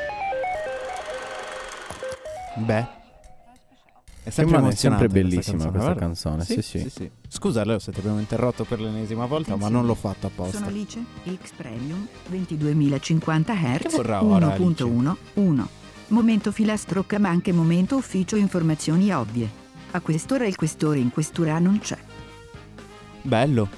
Beh, è sempre Rimane sempre emozionante bellissima questa vero? canzone, sì, sì. Scusa Leo se ti abbiamo interrotto per l'ennesima volta, ma non l'ho fatto apposta. Sono Alice X Premium ventiduemilacinquanta Hz Che vorrà ora, uno punto uno uno. Momento filastrocca ma anche momento ufficio informazioni ovvie. A quest'ora il questore in questura non c'è. Bello.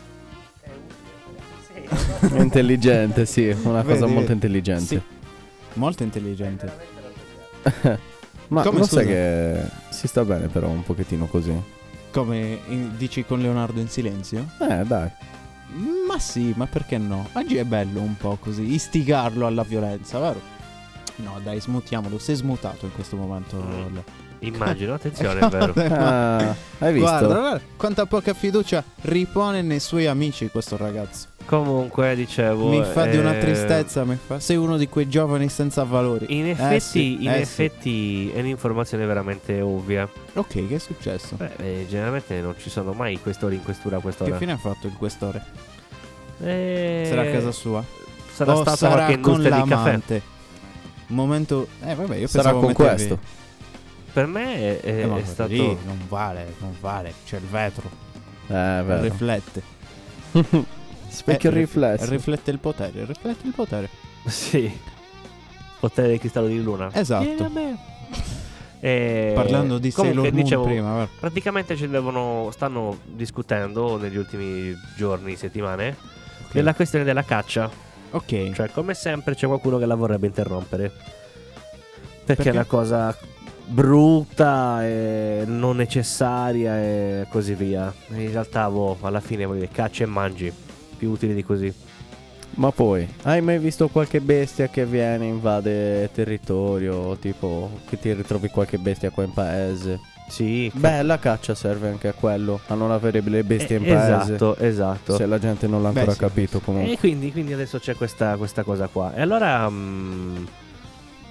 Intelligente, sì, una cosa Vedi, molto vedi. intelligente. Sì, molto intelligente. Ma Come, lo sai scusa? che si sta bene però un pochettino così. Come in- dici con Leonardo in silenzio? Eh, dai. Ma sì, ma perché no? Oggi è bello un po' così, istigarlo alla violenza, vero? No, dai, smutiamolo. Sei smutato in questo momento. Leo. Immagino, attenzione, è vero. Ah, hai visto? Guarda, guarda quanta poca fiducia ripone nei suoi amici questo ragazzo. Comunque, dicevo, Mi fa di una eh, tristezza, mi fa. Sei uno di quei giovani senza valori. In Eh effetti, sì, in eh sì. effetti è un'informazione veramente ovvia. Ok, che è successo? Beh, eh, generalmente non ci sono mai questori in questura a Che quest'ora. fine ha fatto il questore? Eh, Sarà a casa sua? Sarà o stata sarà qualche con industria di caffè. l'amante? Un momento. Eh vabbè, io Sarà pensavo con mettervi- questo. Per me è, è- Eh, ma è quello stato. lì non vale, non vale. C'è il vetro. Eh, vero. Riflette. Specchio Eh, rif- riflesso. Riflette il potere. Riflette il potere. Sì. Potere del cristallo di luna. Esatto. Vieni a me. E Parlando di comunque, Sailor Moon dicevo, prima, vero? praticamente ci devono, stanno discutendo negli ultimi giorni, settimane, della questione della caccia. Ok. Cioè, come sempre c'è qualcuno che la vorrebbe interrompere. Perché, Perché? è una cosa brutta e non necessaria e così via. E in realtà, boh, alla fine voglio dire, caccia e mangi. Più utili di così. Ma poi, hai mai visto qualche bestia che viene, invade territorio? Tipo, che ti ritrovi qualche bestia qua in paese? Sì. Beh, la caccia serve anche a quello, a non avere le bestie in Eh, paese. esatto, esatto. Se la gente non l'ha Beh, ancora sì, capito comunque. E quindi, quindi adesso c'è questa, questa cosa qua. E allora, mm,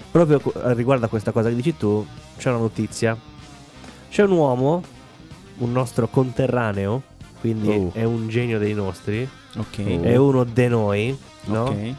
proprio co- riguardo a questa cosa che dici tu, c'è una notizia. C'è un uomo, un nostro conterraneo, quindi Oh. è un genio dei nostri, Ok. è uno de noi, no? Ok.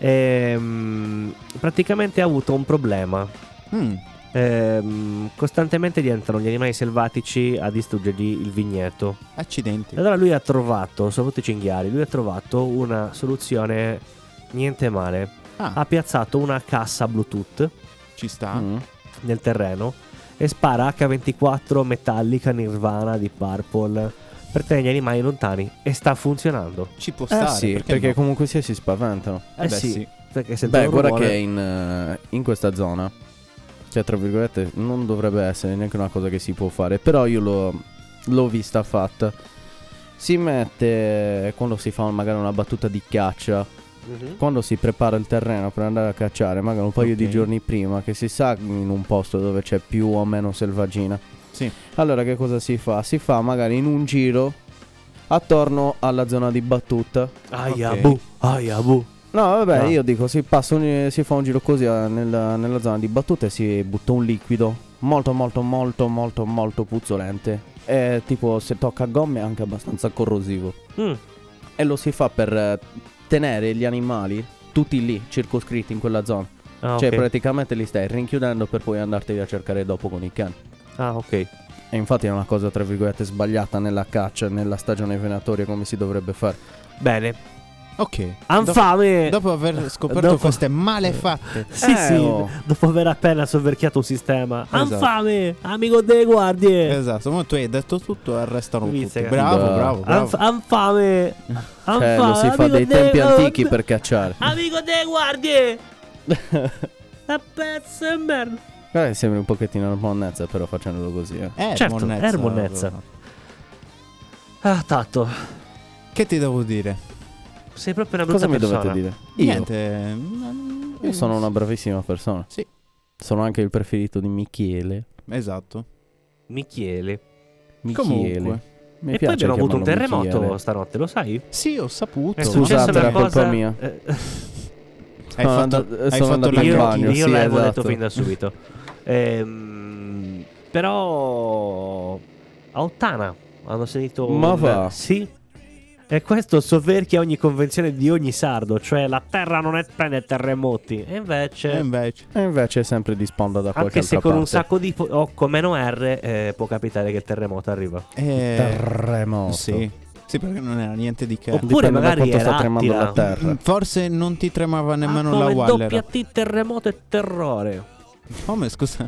Ehm, praticamente ha avuto un problema. Mm. Ehm, costantemente gli entrano gli animali selvatici a distruggergli il vigneto. Accidenti. Allora lui ha trovato, soprattutto i cinghiali, lui ha trovato una soluzione niente male. Ah, Ha piazzato una cassa Bluetooth ci sta. Mm. nel terreno e spara acca ventiquattro Metallica Nirvana di Purple per tenere gli animali lontani e sta funzionando. Ci può Eh stare. sì, perché perché no? comunque sia si spaventano. Eh beh, sì. perché sentono Beh, il guarda rumore- che in, eh, in questa zona, cioè tra virgolette, non dovrebbe essere neanche una cosa che si può fare. Però io l'ho, l'ho vista fatta. Si mette, quando si fa magari una battuta di caccia, Mhm. quando si prepara il terreno per andare a cacciare, magari un paio Ok. di giorni prima, che si sa in un posto dove c'è più o meno selvaggina. Sì. Allora che cosa si fa? Si fa magari in un giro attorno alla zona di battuta. Aia Ok. bu, aia bu. No, vabbè, No. io dico, si passa un- si fa un giro così eh, nella, nella zona di battuta e si butta un liquido molto molto molto molto molto puzzolente. E tipo se tocca gomme è anche abbastanza corrosivo. Mm. E lo si fa per eh, tenere gli animali tutti lì, circoscritti in quella zona. Ah, Cioè ok. praticamente li stai rinchiudendo per poi andarteli a cercare dopo con i cani. Ah, ok. E infatti è una cosa tra virgolette sbagliata nella caccia, nella stagione venatoria come si dovrebbe fare. Bene. Ok. Anfame. Dopo, dopo aver scoperto Dopo- queste malefatte. Sì, Eh, sì. oh. Dopo aver appena sovverchiato un sistema. Esatto. Anfame, amico delle guardie. Esatto, ma tu hai detto tutto e arrestano Vizia, tutti. che- Bravo, Da- bravo, bravo. Anf- anfame. Cioè lo si fa amico dei delle- tempi antichi per cacciare. Amico delle guardie. La pezzo e merda. Eh, sembra un pochettino una monnezza, però facendolo così, eh. Eh, Certo, monnezza, è monnezza. Ah, Tatto, Che ti devo dire? sei proprio una brutta Cosa mi persona. dovete dire? Io, Niente. mm, io sono una bravissima persona. Sì. Sono anche il preferito di Michele. Esatto. Michele. Michele. Comunque. Mi e poi piace abbiamo avuto un chiamarlo terremoto Michele. stanotte, lo sai? Sì, ho saputo. È Scusate, successa una era colpa cosa- mia. eh, Hai Sono fatto, andato- hai sono fatto andato la in io bagno, io sì, l'avevo detto esatto. fin da subito. Ehm, però a Ottana hanno sentito Ma un- va. Sì. E questo sovverchia ogni convenzione di ogni sardo, cioè la terra non è prende terremoti. E invece E invece. E invece è sempre di sponda da qualche anche se altra con un parte. sacco di po- O con meno R eh, può capitare che il terremoto arriva. Eh, Terremoto. Sì. Sì, perché non era niente di che. Oppure Dipende da magari quanto sta era tremando la Attila. terra. Forse non ti tremava nemmeno Ah, la come Waller. doppia T terremoto e terrore. Come scusa?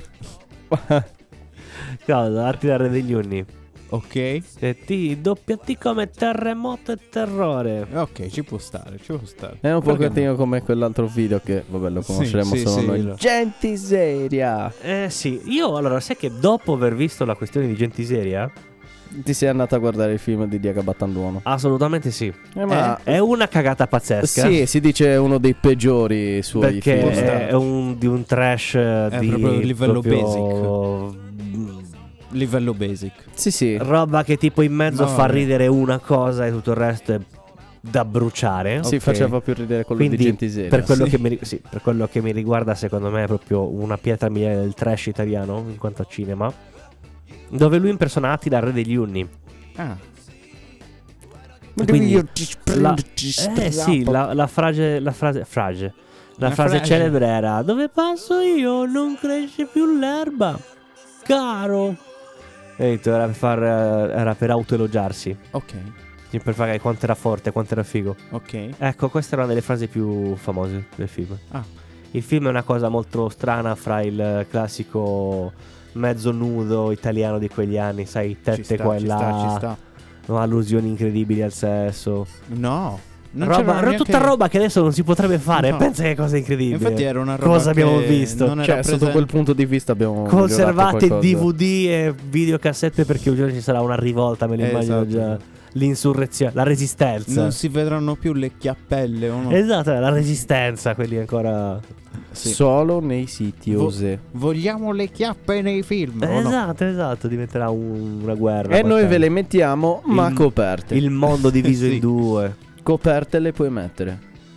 Cosa? Attila Re degli Unni. Ok. E T doppia T come terremoto e terrore. Ok, ci può stare, ci può stare. È un Perché pochettino no? come quell'altro video che, vabbè, lo Sì, conosceremo sì, solo sì, noi. lo- Gente seria. Eh sì, io allora sai che dopo aver visto la questione di Gentiseria, Ti sei andato a guardare il film di Diego Battanduono? assolutamente sì. Eh, ma È una cagata pazzesca. sì, si dice uno dei peggiori suoi Perché film. è, è un, di un trash eh, È di proprio livello proprio, Livello basic. Sì, sì. roba che tipo in mezzo No, fa vabbè. ridere una cosa e tutto il resto è da bruciare. Si Ok. faceva più ridere quello Quindi di Gentiseria. per quello, Sì. che mi, ri- sì, per quello che mi riguarda, secondo me è proprio una pietra miliare del trash italiano in quanto a cinema. Dove lui impersona Attila, Re degli Unni. Ah. Quindi io ti la, prendo, ti eh sì, strappo. la, la frase, la frase, frase, la La frase frase. celebre era: dove passo io non cresce più l'erba, caro. E era per, far, eh, era per autoelogiarsi, Ok, per fare quanto era forte, quanto era figo. ok. Ecco, questa era una delle frasi più famose del film. Ah. Il film è una cosa molto strana fra il classico mezzo nudo italiano di quegli anni, sai, Ci tette sta, qua e ci là, sta, ci sta. no, allusioni incredibili al sesso. No. Non Roba, c'era ro- neanche- tutta roba che adesso non si potrebbe fare. No. Pensa che cosa incredibile. Infatti era una roba Cosa che abbiamo visto? non era Cioè, sotto presente- quel punto di vista abbiamo Conservate migliorato D qualcosa. V D e videocassette perché un giorno ci sarà una rivolta, me lo immagino Esatto. già. L'insurrezione, la resistenza. Non si vedranno più le chiappelle o no? Esatto, la resistenza, quelli ancora. Sì. Solo nei siti Vo- Ose. Vogliamo le chiappe nei film. o no? Esatto, esatto, diventerà un- una guerra. E noi qualcosa. ve le mettiamo, ma Il- coperte. Il mondo diviso Sì. in due. Coperte le puoi mettere.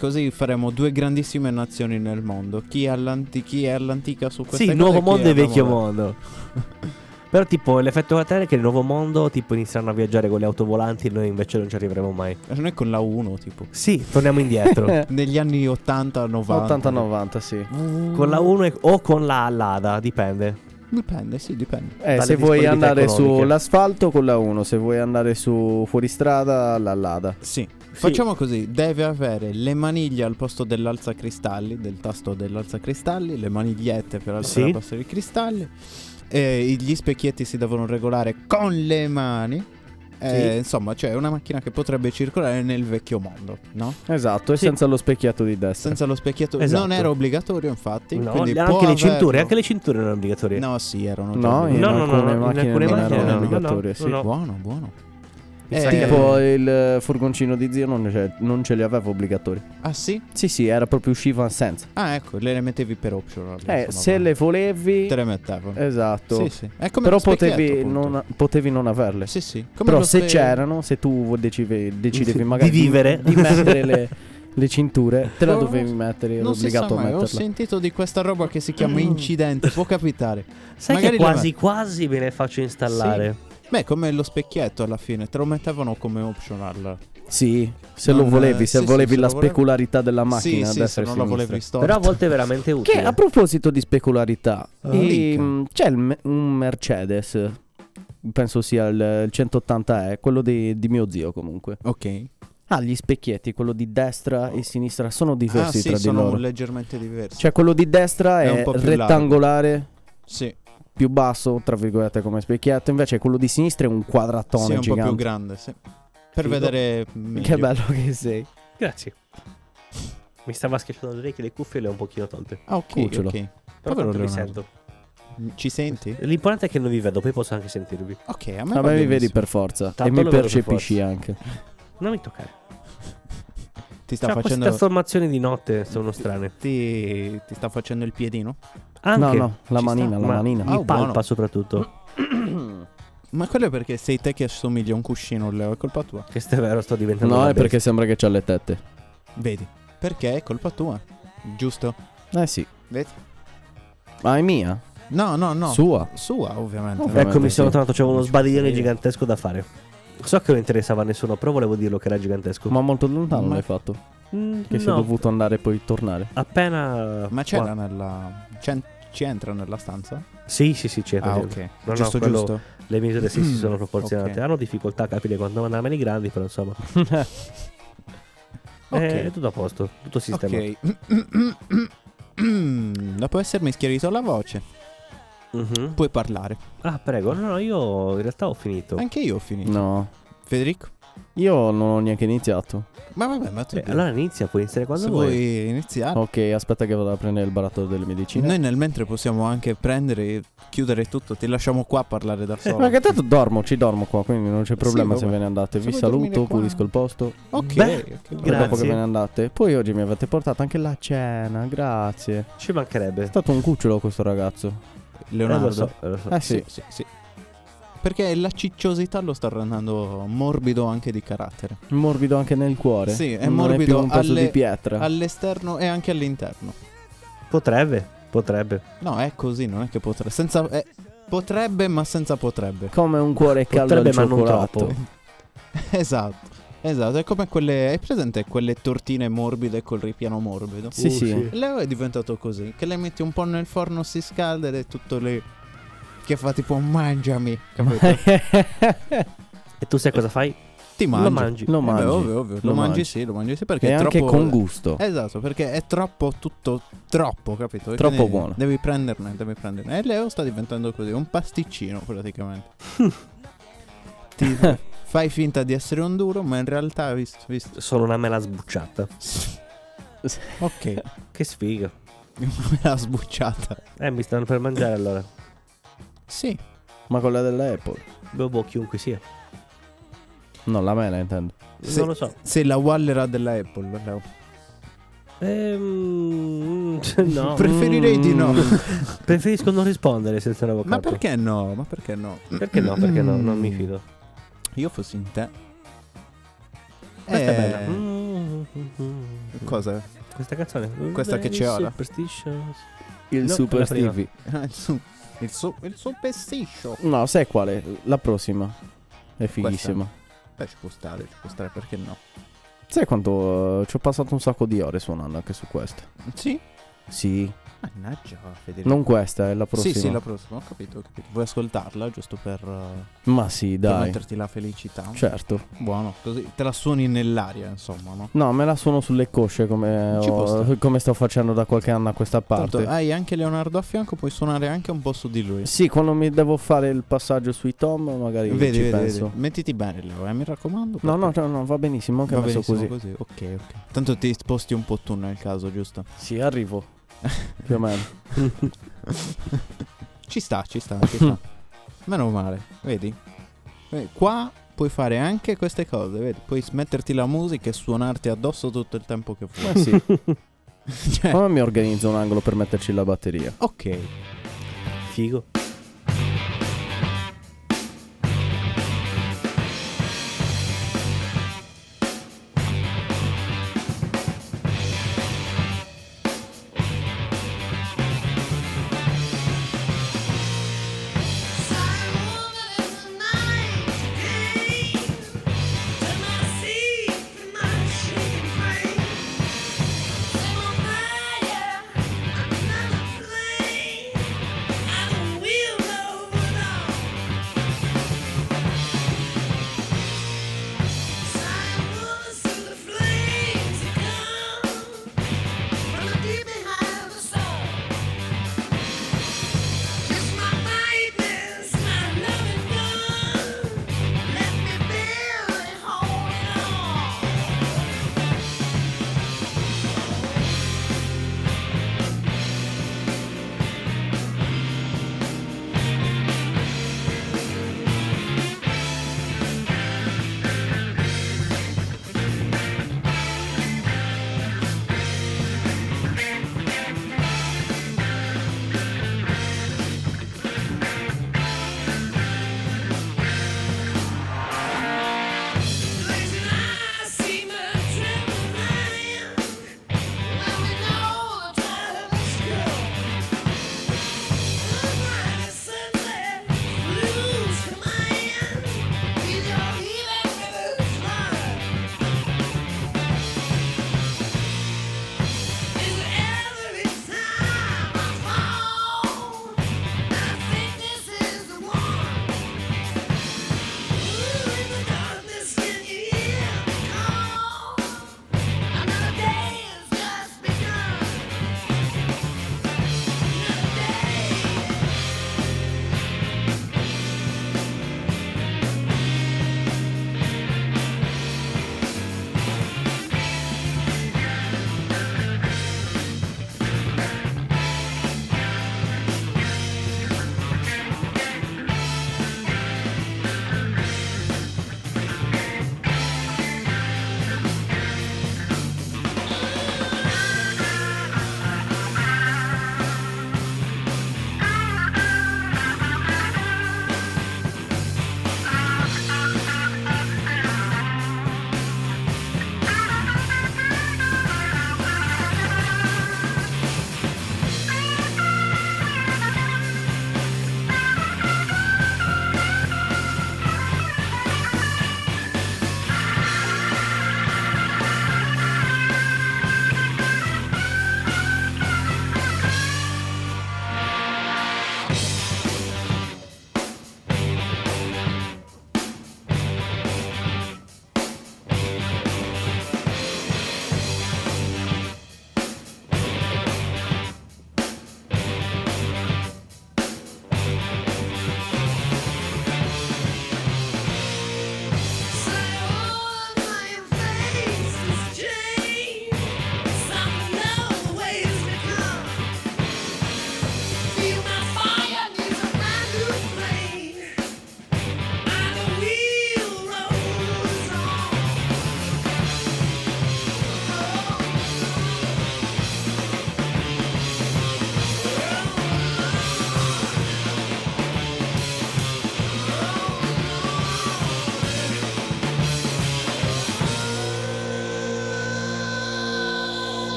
Così faremo due grandissime nazioni nel mondo. Chi è, all'anti- chi è all'antica su queste Sì, cose nuovo chi mondo è e vecchio alla- mondo. Però tipo l'effetto collaterale è che nel nuovo mondo tipo inizieranno a viaggiare con le autovolanti e noi invece non ci arriveremo mai. Noi con la uno tipo. Sì, torniamo indietro. Negli anni ottanta novanta. ottanta novanta, sì. Con la uno e- o con la Lada, dipende. Dipende, sì, dipende. Eh, Dalle se vuoi disponibilità andare economiche. sull'asfalto con la uno, se vuoi andare su fuoristrada la Lada. Sì. Facciamo così, deve avere le maniglie al posto dell'alzacristalli, del tasto dell'alzacristalli, le manigliette per alzare Sì. e abbassare i cristalli. E gli specchietti si devono regolare con le mani. E, Sì. insomma, cioè è una macchina che potrebbe circolare nel vecchio mondo, no? Esatto, e Sì. senza lo specchietto di destra. Senza lo specchietto. Esatto. Non era obbligatorio, infatti. No, quindi anche può le cinture, averlo. anche le cinture non erano obbligatorie. No, sì, erano No, in obbligatorie. No, no, no, alcune no, in macchine alcune non macchine erano no, no, obbligatorie, no, sì. no. Buono, buono. Mi Eh, sa che- Tipo il furgoncino di zio non, ce- non ce li aveva obbligatori. Ah sì? Sì, sì, era proprio usciva senza. Ah ecco, le mettevi per optional. Eh, insomma, se va. le volevi, te le mettevo. esatto. Sì, sì. È come Però lo specchietto, potevi appunto. non, potevi non averle. Sì, sì. Come Però lo se spe- c'erano, se tu decidevi, decidevi Di magari vivere. di, di mettere le, le cinture, te la Oh, dovevi mettere, eri Non si sa obbligato a mai, ho metterla. sentito di questa roba che si chiama incidente, può capitare. Sai Magari che le quasi quasi me le faccio installare. Beh, come lo specchietto alla fine, te lo mettevano come optional. Sì, se Non- lo volevi, se sì, sì, volevi se la lo volevi- specularità della Sì, macchina sì, a destra se e non la sinistra. volevi storta. Però a volte è veramente utile. Che a proposito di specularità, Ah, i- dica. mh, c'è il me- un Mercedes, penso sia il, il centottanta E, quello di, di mio zio comunque. Ok. Ha gli specchietti, quello di destra e sinistra sono diversi Ah sì, tra di sono loro. leggermente diversi. Cioè quello di destra È è, un po' più rettangolare, Sì, più basso, tra virgolette come specchietto, invece quello di sinistra è un quadratone sì, è un gigante. po' più grande, sì. Per Figo. vedere meglio. Che bello che sei. Grazie. Mi stava schiacciando le orecchie, le cuffie le ho un pochino tolte. Ah, ok, Cucciolo. ok. Però Povero tanto mi Leonardo. sento. Ci senti? L'importante è che non vi vedo, poi posso anche sentirvi. Ok, a me A va me mi vedi benissimo. per forza Tanto e mi lo vedo per percepisci forza. anche. Non mi toccare. Ti sta Cioè, queste facendo trasformazioni di notte sono strane. ti, ti sta facendo il piedino? Anche. No, no, la Ci manina, sta? la Ma manina. mi Oh, palpa buono. soprattutto. Ma quello è perché sei te che assomiglia a un cuscino, Leo, è colpa tua. Questo è vero, sto diventando No, una è perché bestia. sembra che c'ha le tette. Vedi? Perché è colpa tua. Giusto? Eh sì. Vedi? Ma è mia? No, no, no. Sua. Sua, ovviamente. Ovviamente Ecco, mi sono sì. trovato, c'avevo uno sbadiglione Sì. gigantesco da fare. So che non interessava a nessuno, però volevo dirlo che era gigantesco. Ma molto lontano Ma- l'hai fatto. Mm, Che sei no, dovuto andare e poi tornare. appena. Ma c'è qua- nella... c'è- ci entra nella stanza? Sì, sì, sì, c'era. Ah, c'era. ok. No, no, giusto, quello- giusto. Le misure sì, si sono proporzionate. Ok. Hanno difficoltà a capire quando andavano i grandi, però insomma. Ok. È tutto a posto, tutto sistemato. Ok. Dopo essermi schiarito la voce, Mhm. puoi parlare. Ah, prego. No, no, io in realtà ho finito. Anche io ho finito. No. Federico? Io non ho neanche iniziato. Ma vabbè, ma tu Eh, allora inizia, puoi iniziare quando se vuoi. vuoi iniziare. Ok, aspetta che vado a prendere il barattolo delle medicine. Noi nel mentre possiamo anche prendere e chiudere tutto. Ti lasciamo qua a parlare da solo. Ma che tanto dormo, ci dormo qua, quindi non c'è problema Sì, se vabbè. ve ne andate. Se Vi vuoi dormire saluto, qua. pulisco il posto. Ok, Beh, ok. Poi Grazie. dopo che ve ne andate. Poi oggi mi avete portato anche la cena, grazie. È Ci mancherebbe. stato un cucciolo questo ragazzo. Leonardo. Eh, lo so, eh, lo so. Eh sì. sì, sì. Perché la cicciosità lo sta rendendo morbido anche di carattere. Morbido anche nel cuore. Sì, è non morbido è più un peso alle- di pietra. All'esterno e anche all'interno. Potrebbe, potrebbe. No, è così, non è che potrebbe. Senza. eh, potrebbe, ma senza potrebbe. Come un cuore caldo al Potrebbe, ma non cioccolato. troppo. Esatto. Esatto, è come quelle. Hai presente quelle tortine morbide col ripiano morbido? Sì, Uh, sì. sì. Leo è diventato così. Che le metti un po' nel forno, si scalda ed è tutto lì. Che fa tipo mangiami. Capito? E tu sai cosa fai? Ti mangi. Lo mangi. Lo Eh beh, mangi. ovvio, ovvio. Lo, Lo mangi, mangi. sì, lo mangi sì perché E è anche troppo. con gusto. Esatto, perché è troppo tutto troppo, capito? E Troppo quindi buono. Devi prenderne, devi prenderne. E Leo sta diventando così, un pasticcino praticamente. Ti fai finta di essere un duro, ma in realtà visto, visto. Sono una mela sbucciata. Ok, Che sfiga. me l'ha sbucciata. Eh, mi stanno per mangiare allora. Sì. Ma quella della Apple? Boh, boh, chiunque sia. No, la mela intendo. Sì. Non lo so. Sei la Wallera della Apple, Leo. Ehm, no. Preferirei di no. Preferisco non rispondere senza un avvocato. Ma perché no? Ma perché no? Perché no? Perché no? Non mi fido. Io fossi in te. Questa Eh, è bella. Mm. Cosa? Questa canzone. Questa che c'è ora. Superstitious. Il No, Super la prima. Stevie. il su il su il superstition. No, sai quale? La prossima. È fighissima. Beh, ci può stare, ci può stare, perché no? Sai quanto eh, ci ho passato un sacco di ore suonando anche su questa. Sì. Sì. Mannaggia, Federico. Non questa, è la prossima. Sì, sì, la prossima, ho capito, ho capito. Vuoi ascoltarla giusto per, uh, Ma sì, per dai. metterti la felicità? Certo. Buono, così te la suoni nell'aria, insomma, no? No, me la suono sulle cosce come, Ci può ho- stare. come sto facendo da qualche anno a questa parte. Tanto hai anche Leonardo a fianco, puoi suonare anche un po' su di lui. Sì, quando mi devo fare il passaggio sui tom, magari Vedi, ci vedi, penso. vedi. Mettiti bene, Leo, eh, mi raccomando. No, no, perché no, no, va benissimo anche va messo benissimo così. così. Ok, ok. Tanto ti sposti un po' tu nel caso, giusto? Sì, arrivo. Più o meno. Ci sta, ci sta, ci sta. Meno male, vedi? Eh, Qua puoi fare anche queste cose, vedi? Puoi metterti la musica e suonarti addosso tutto il tempo che vuoi. Ma sì. Cioè, Ma mi organizzo un angolo per metterci la batteria. ok. Figo. I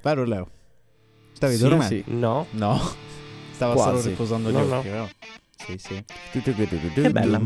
Vero Leo? Stavi Sì, dormendo? sì. No. No. Stava Quasi. solo riposando gli No, occhi, vero? Sì, sì. Che bella.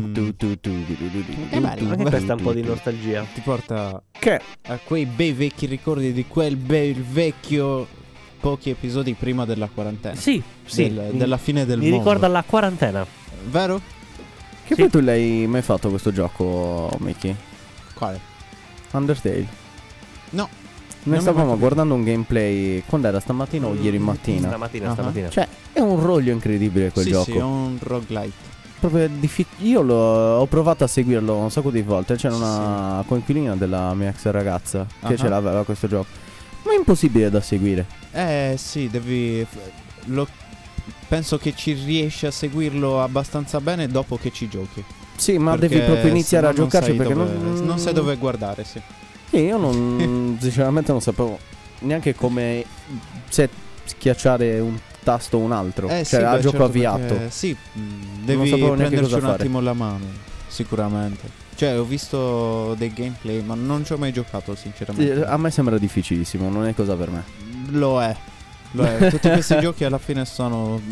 Anche questa è un po' di nostalgia. Ti porta Che? a quei bei vecchi ricordi di quel bel vecchio pochi episodi prima della quarantena. Sì, sì. Del- mi- della fine del Mi mondo. ricorda la quarantena. Vero? Che Sì. poi tu l'hai mai fatto questo gioco, Mickey? Quale? Undertale. No. Noi Non mi stavamo manca- guardando un gameplay. Quando era stamattina o ieri mattina? Stamattina, Ah. stamattina. Cioè, è un roglio incredibile quel sì, gioco. sì, è un roguelite. Proprio diffi- Io l'ho, ho provato a seguirlo un sacco di volte. C'era una coinquilina della mia ex ragazza che Ah. ce l'aveva questo gioco. Ma è impossibile da seguire. Eh sì, devi lo penso che ci riesci a seguirlo abbastanza bene dopo che ci giochi. Sì, ma Perché devi proprio iniziare a sennò non giocarci sai perché dove- non, non sai dove guardare, sì. Sì, io non sinceramente non sapevo neanche come se schiacciare un tasto o un altro. Eh, cioè sì, a beh, gioco certo, avviato. perché- Sì, mh, devi sapevo neanche prenderci cosa un fare. attimo la mano, sicuramente. Cioè, ho visto dei gameplay, ma non ci ho mai giocato, Sì, sinceramente. a me sembra difficilissimo, non è cosa per me. Lo è. Lo è. Tutti questi giochi alla fine sono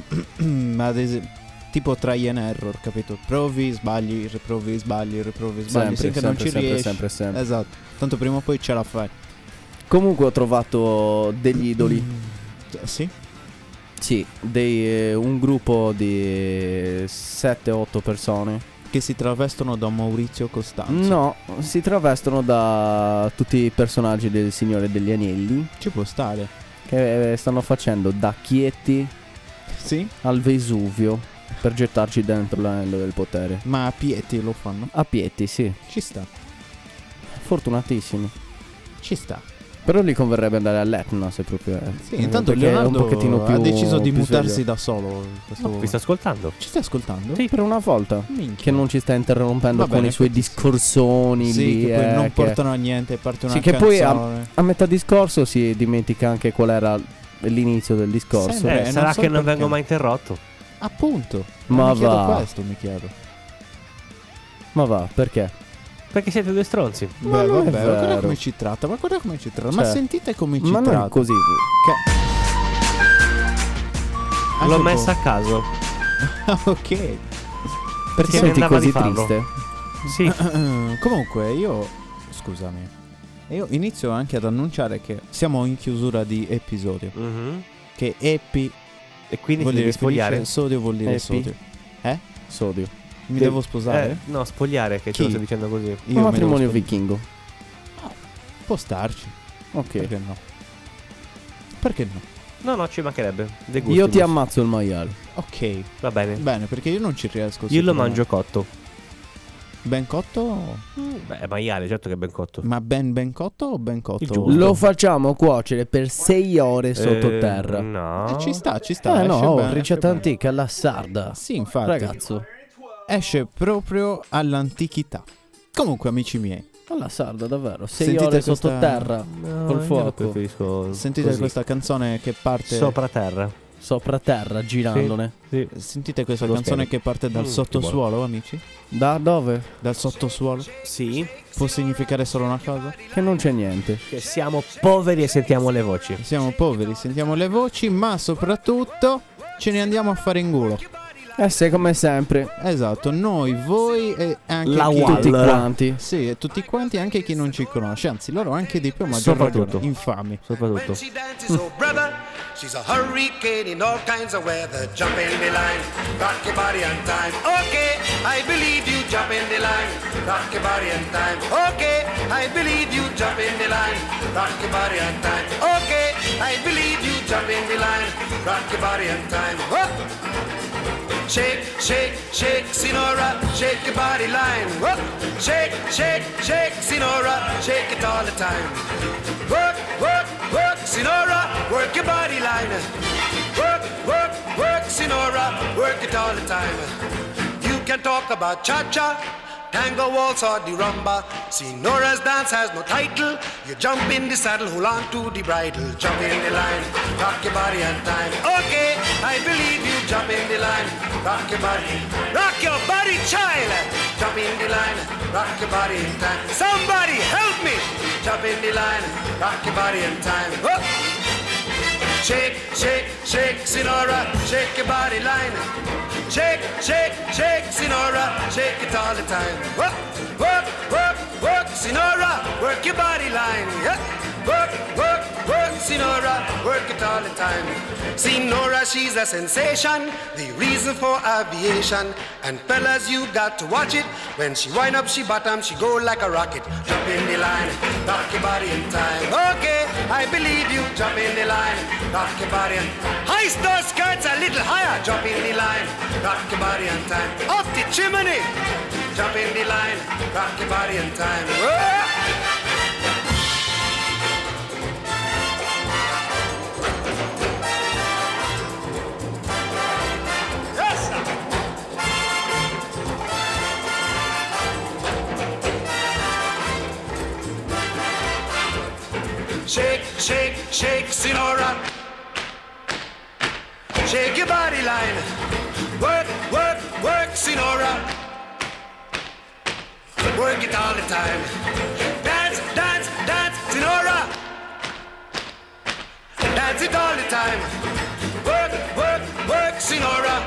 ad esempio tipo try and error, capito? Provi, sbagli, riprovi, sbagli, riprovi, sbagli, Sempre, finché non sempre, ci sempre, riesci. sempre, sempre. Esatto. Tanto prima o poi ce la fai. Comunque ho trovato degli idoli. Eh, Sì. Sì, dei, eh, un gruppo di sette otto persone. Che si travestono da Maurizio Costanzo. No, si travestono da tutti i personaggi del Signore degli Anelli Ci può stare. che eh, stanno facendo da Chieti Sì. al Vesuvio per gettarci dentro l'anello del potere. Ma a piedi lo fanno. A Pieti, sì. Ci sta. Fortunatissimi. Ci sta. Però gli converrebbe andare all'Etna se proprio è. Sì, intanto perché è Leonardo un pochettino più ha deciso di più mutarsi sveglio. da solo. questo- Vi sta ascoltando? Ci stai ascoltando? Sì. Per una volta. Minchia. Che non ci sta interrompendo Va con bene, i suoi infatti sì. discorsoni Sì, lì. che poi eh, non che- portano a niente, parte una Sì, che poi a, canzone. a metà discorso si dimentica anche qual era l'inizio del discorso. Sempre. Eh, non sarà so che non perché. vengo mai interrotto. Appunto. Ma mi chiedo va. questo, mi chiedo. Ma va, perché? Perché siete due stronzi. Ma Beh, non è vabbè, guarda vero. come ci tratta, ma guarda come ci tratta. Ma Cioè, sentite come ci Ma tratta. non è così. Anche L'ho un po'. messa a caso. Ah, ok. Ti Perché mi senti andava di così farlo. triste? Sì. Comunque io scusami. Io inizio anche ad annunciare che siamo in chiusura di episodio. Mhm. Che epi E quindi vuol ti devi dire spogliare. finisce, sodio vuol dire Epi? sodio. Sodio. Mi Che- devo sposare? Eh, no, spogliare che Chi? ce lo stai dicendo così. Io Un mi devo matrimonio sposare. vichingo. Può starci. Ok. Perché no? Perché no? No, no, ci mancherebbe. De gusti, Io ti gusti. ammazzo il maiale. Ok. Va bene. Bene, perché io non ci riesco. Io lo sicuramente. mangio cotto. Ben cotto? Beh, maiale, certo che è ben cotto. Ma ben ben cotto o ben cotto? Il giusto. Lo facciamo cuocere per sei ore sottoterra. Eh, no. Eh, ci sta, ci sta. Eh no, esce oh, bene, ricetta esce bene. antica alla sarda. Sì, infatti. Ragazzo, Esce proprio all'antichità. Comunque, amici miei, alla sarda davvero. Sei Sentite ore questa- sottoterra. No, Col io fuoco. lo preferisco sentite così. questa canzone che parte. Sopra terra. Sopra terra, girandone. Sì. Sentite questa Sullo canzone schermo. che parte dal Mm, sottosuolo, amici? Da dove? Dal sottosuolo? Sì. Può significare solo una cosa? Che non c'è niente. Che siamo poveri e sentiamo le voci. Siamo poveri, sentiamo le voci, ma soprattutto ce ne andiamo a fare in culo. Eh sì, come sempre. Esatto, noi, voi e anche La chi... Wall. Tutti quanti. Sì, e tutti quanti, anche chi non ci conosce. Anzi, loro anche di più, ma maggior Soprattutto. ragione. Infami. Soprattutto. When she dances, oh brother, she's a hurricane in all kinds of weather. Jump in the line, rock your body on time. Okay, I believe you. Jump in the line, rock your body on time. Okay, I believe you. Jump in the line, rock your body on time. Okay, I believe you. Jump in the line, rock your body on time. Whoop. Shake, shake, shake, Sinora, shake your body line. Whoop. Shake, shake, shake, Sinora, shake it all the time. Work, work, work, Sinora, work your body line. Work, work, work, Sinora, work it all the time. You can talk about cha-cha, tango, waltz or the rumba. Sinora's dance has no title. You jump in the saddle, hold on to the bridle. Jump in the line, rock your body on time. Okay, I believe you. Jump in the line, rock your body. Rock your body, child. Jump in the line, rock your body in time. Somebody help me. Jump in the line, rock your body in time. Whoop. Shake, shake, shake, Sinora, shake your body line. Shake, shake, shake, Sinora, shake it all the time. Work, work, work, work, Sinora, work your body line. Yeah. Work, work, work, Sinora, work it all the time. Sinora, she's a sensation, the reason for aviation. And fellas, you got to watch it. When she wind up, she bottom, she go like a rocket. Jump in the line, rock your body in time. Okay, I believe you, jump in the line, rock your body in time. High star skirts a little higher, jump in the line, rock your body in time. Up the chimney, jump in the line, rock your body in time. Whoa! Shake, shake, shake, Sinora. Shake your body line. Work, work, work, Sinora. Work it all the time. Dance, dance, dance, Sinora. Dance it all the time. Work, work, work, Sinora.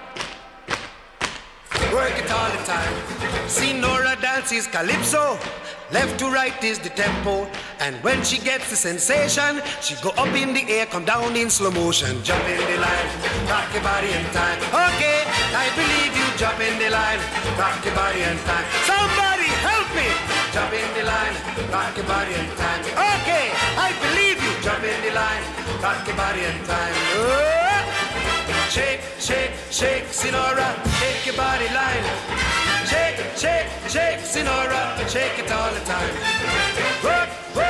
Work it all the time. Sinora dances calypso. Left to right is the tempo. And when she gets the sensation, she go up in the air, come down in slow motion. Jump in the line, rock your body in time. Okay, I believe you, jump in the line, rock your body in time. Somebody help me! Jump in the line, rock your body in time. Okay, I believe you, jump in the line, rock your body in time. Oh! Shake, shake, shake, Sinora, shake your body line. Shake, shake, shake, Sinora, shake it all the time. Work, work.